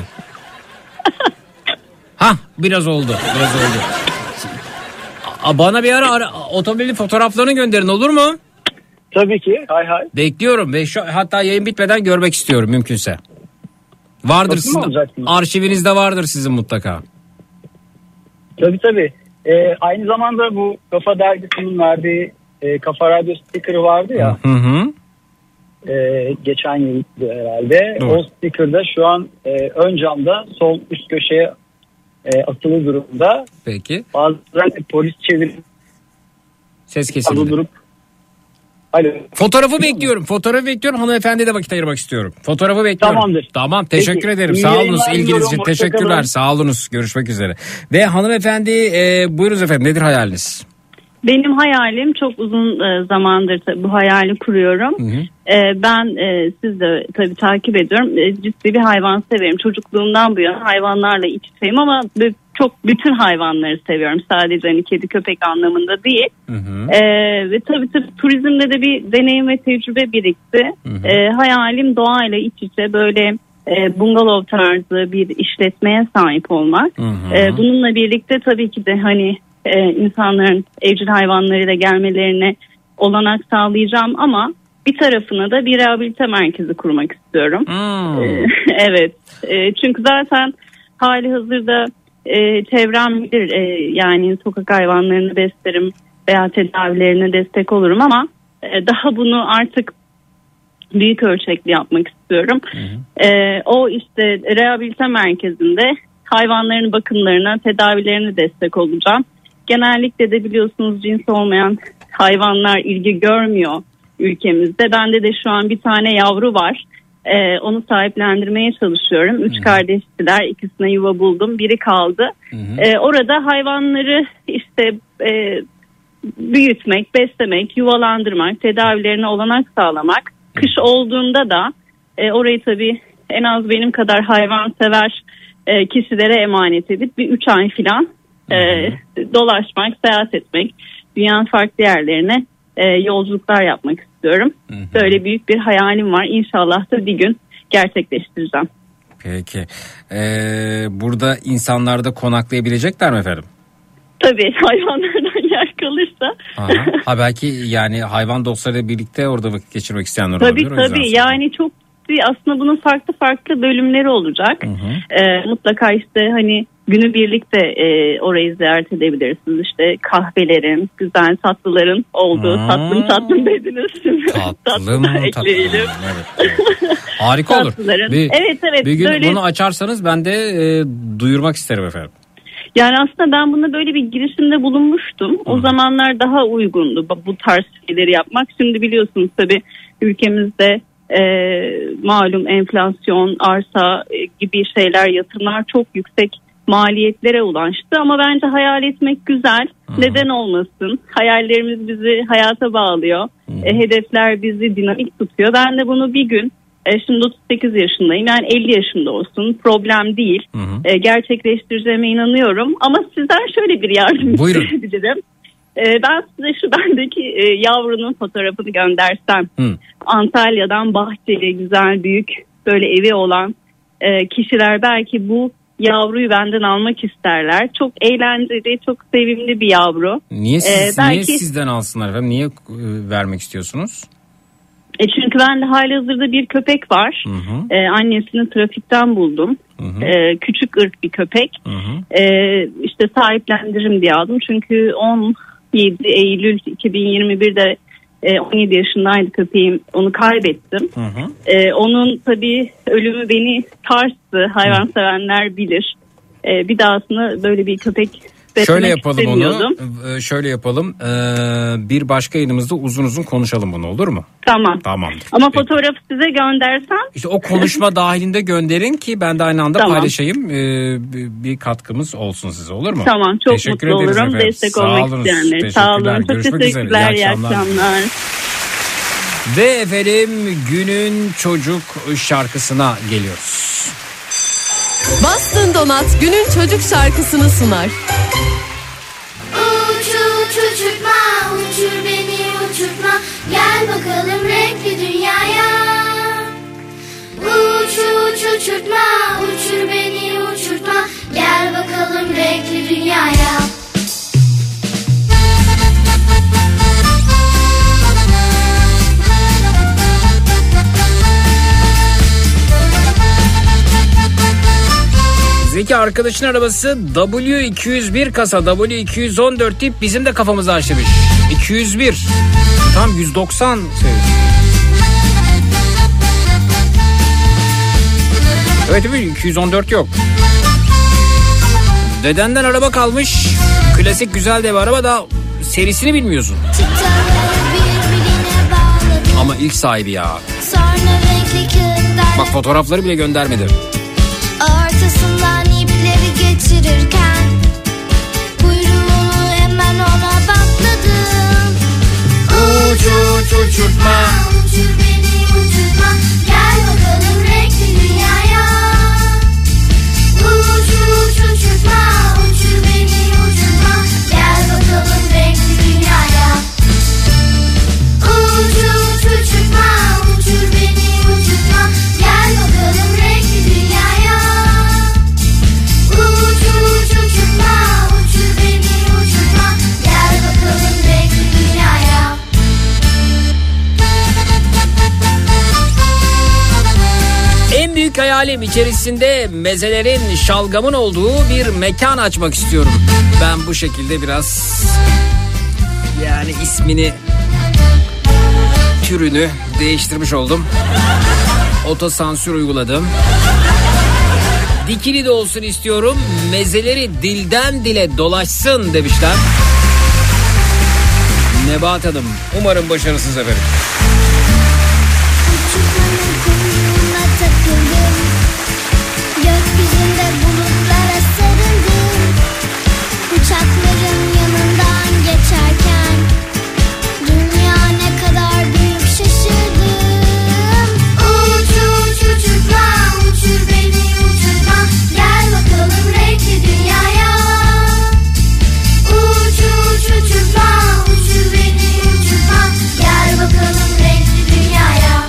Hah, biraz oldu. Biraz oldu. A, bana bir ara, ara otomobilin fotoğraflarını gönderin, olur mu? Tabii ki. Hay hay. Bekliyorum ve şu, hatta yayın bitmeden görmek istiyorum mümkünse. Vardır Satın sizin. mı alacaksınız? Arşivinizde vardır sizin mutlaka. Tabii tabii. Ee, aynı zamanda bu Kafa Dergisi'nin verdiği e, Kafa Radyo sticker'ı vardı ya. Hı hı. e, geçen yıldı herhalde. Doğru. O sticker'da şu an e, ön camda sol üst köşeye e, asılı durumda. Peki. Bazen polis çevirip Ses kesildi. durup Alo. Fotoğrafı bekliyorum. Fotoğrafı bekliyorum. Hanımefendiye de vakit ayırmak istiyorum. Fotoğrafı bekliyorum. Tamamdır. Tamam, teşekkür Peki. ederim. İyi Sağ olunuz yayınlar ilginiz diliyorum. için. Hoşça Teşekkürler. kalın. Sağ olunuz. Görüşmek üzere. Ve hanımefendi e, buyurunuz efendim, nedir hayaliniz? Benim hayalim, çok uzun e, zamandır tabii bu hayali kuruyorum. Hı hı. E, ben e, siz de tabii takip ediyorum. E, ciddi bir hayvan severim. Çocukluğumdan bu yana hayvanlarla iç içeyim ama b- çok bütün hayvanları seviyorum. Sadece hani kedi köpek anlamında değil. Hı hı. E, ve tabii tabii turizmde de bir deneyim ve tecrübe birikti. Hı hı. E, hayalim doğayla iç içe böyle e, bungalov tarzı bir işletmeye sahip olmak. Hı hı. E, bununla birlikte tabii ki de hani e, insanların evcil hayvanlarıyla gelmelerine olanak sağlayacağım ama bir tarafına da bir rehabilite merkezi kurmak istiyorum. Hmm. E, evet. E, çünkü zaten hali hazırda e, çevrem bilir. E, yani sokak hayvanlarını beslerim veya tedavilerine destek olurum ama e, daha bunu artık büyük ölçekli yapmak istiyorum. Hı hı. E, o işte rehabilite merkezinde hayvanların bakımlarına, tedavilerine destek olacağım. Genellikle de biliyorsunuz cins olmayan hayvanlar ilgi görmüyor ülkemizde. Bende de şu an bir tane yavru var. Ee, onu sahiplendirmeye çalışıyorum. Üç Hı-hı. kardeştiler. İkisine yuva buldum. Biri kaldı. Ee, orada hayvanları işte e, büyütmek, beslemek, yuvalandırmak, tedavilerine olanak sağlamak. Kış olduğunda da e, orayı tabii en az benim kadar hayvansever e, kişilere emanet edip bir üç ay falan e, dolaşmak, seyahat etmek, dünyanın farklı yerlerine e, yolculuklar yapmak istiyorum. Hı hı. Böyle büyük bir hayalim var. İnşallah da bir gün gerçekleştireceğim. Peki. Ee, burada insanlar da konaklayabilecekler mi efendim? Tabii, hayvanlardan yer kalırsa. Aha. Ha belki yani hayvan dostlarıyla birlikte orada vakit geçirmek isteyenler tabii, olabilir. Tabii tabii yani çok aslında bunun farklı farklı bölümleri olacak. Hı hı. Ee, mutlaka işte hani günübirlik de e, orayı ziyaret edebilirsiniz. İşte kahvelerin, güzel tatlıların olduğu, hmm. tatlım tatlım dediniz. Tatlım tatlım. Evet, evet. Harika olur. Bir, evet evet. Bir gün böyle... bunu açarsanız ben de e, duyurmak isterim efendim. Yani aslında ben buna böyle bir girişimde bulunmuştum. O hmm. zamanlar daha uygundu bu tarz şeyleri yapmak. Şimdi biliyorsunuz tabii ülkemizde e, malum enflasyon, arsa e, gibi şeyler, yatırımlar çok yüksek maliyetlere ulaştı. Ama bence hayal etmek güzel. Hmm. Neden olmasın? Hayallerimiz bizi hayata bağlıyor. Hmm. E, hedefler bizi dinamik tutuyor. Ben de bunu bir gün E, şimdi otuz sekiz yaşındayım, yani elli yaşında olsun problem değil. Hı hı. E, gerçekleştireceğime inanıyorum ama sizden şöyle bir yardım isteyebilirim. E, ben size şu bendeki e, yavrunun fotoğrafını göndersem, hı. Antalya'dan bahçeli, güzel, büyük böyle evi olan e, kişiler belki bu yavruyu benden almak isterler. Çok eğlenceli, çok sevimli bir yavru. Niye, siz, e, belki... niye sizden alsınlar efendim? Niye e, vermek istiyorsunuz? E çünkü bende halihazırda bir köpek var. Hı hı. E, annesini trafikten buldum. Hı hı. E, küçük ırk bir köpek. Hı hı. E, işte sahiplendiririm diye aldım. Çünkü on yedi Eylül iki bin yirmi bir'de e, on yedi yaşındaydı köpeğim. Onu kaybettim. Hı hı. E, onun tabii ölümü beni sarstı. Hayvansevenler bilir. E, bir daha aslında böyle bir köpek Şöyle yapalım onu. Şöyle yapalım. Ee, bir başka yayınımızda uzun uzun konuşalım bunu, olur mu? Tamam. Tamamdır. Ama peki, fotoğrafı size göndersem. İşte o konuşma dahilinde gönderin ki ben de aynı anda tamam. paylaşayım. Ee, bir katkımız olsun size, olur mu? Tamam. Çok teşekkür mutlu olurum. Efendim. Destek Sağ olmak olunuz. isteyenlere. Sağ olun. Çok Görüşmek teşekkürler. İyi akşamlar. İyi akşamlar. Ve efendim günün çocuk şarkısına geliyoruz. Boston Donat günün çocuk şarkısını sunar. Uç uç uçurtma, uçur beni uçurtma, gel bakalım renkli dünyaya. Uç uç uçurtma, uçur beni uçurtma, gel bakalım renkli dünyaya. Zeki arkadaşın arabası W iki yüz bir kasa, W iki yüz on dört tip, bizim de kafamızı açmış. iki yüz bir tam yüz doksan şey. Evet evet, iki yüz on dört yok. Dedenden araba kalmış. Klasik güzel de bir araba da serisini bilmiyorsun. Ama ilk sahibi ya. Bak fotoğrafları bile göndermedi. Ortasından ipleri geçirirken kuyruğunu hemen ona bakladım. Uç uç uçurtma, uçur beni uçurtma, gel bakalım renkli dünyaya. Uç uç uçurtma, uçur beni uçurtma, gel bakalım renkli dünyaya. Uç uç uçurtma, uçur beni uçurtma, gel bakalım renkli dünyaya. Uç uç uçurtma, uçur beni uçurtma, gel bakalım renkli dünyaya. En büyük hayalim içerisinde mezelerin, şalgamın olduğu bir mekan açmak istiyorum. Ben bu şekilde biraz yani ismini, türünü değiştirmiş oldum. Otosansür uyguladım. Dikili de olsun istiyorum. Mezeleri dilden dile dolaşsın demişler. Nebahat Hanım. Umarım başarısız efendim. Gökyüzünde bulutlara sarıldım. Uçakların yanından geçerken dünya ne kadar büyük şaşırdım. Uç uç uçurtma, uçur beni uçurtma. Gel bakalım renkli dünyaya. Uç uç uçurtma, uçur beni uçurtma. Gel bakalım renkli dünyaya.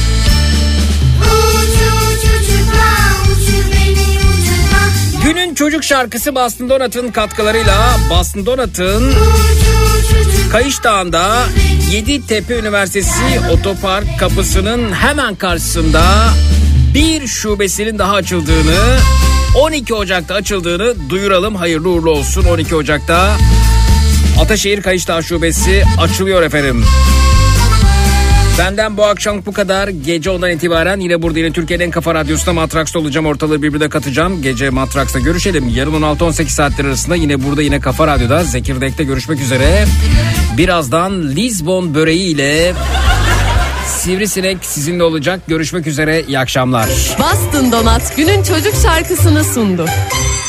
Uç uç uçurtma, uçur beni uçurtma. Günün çocuk şarkısı Boston Donut'ın katkılarıyla Boston Donut'ın Kayış Dağı'nda Yeditepe Üniversitesi Otopark kapısının hemen karşısında bir şubesinin daha açıldığını, on iki Ocak'ta açıldığını duyuralım. Hayırlı uğurlu olsun. on iki Ocak'ta Ataşehir Kayış Dağı Şubesi açılıyor efendim. Benden bu akşam bu kadar. Gece ondan itibaren yine burada yine Türkiye'nin en kafa radyosunda Matraks'ta olacağım. Ortalığı birbirine katacağım. Gece Matraks'ta görüşelim. Yarın on altı on sekiz saatler arasında yine burada yine Kafa Radyo'da Zekirdek'te görüşmek üzere. Birazdan Lizbon böreği ile Sivrisinek sizinle olacak. Görüşmek üzere. İyi akşamlar. Boston Donat günün çocuk şarkısını sundu.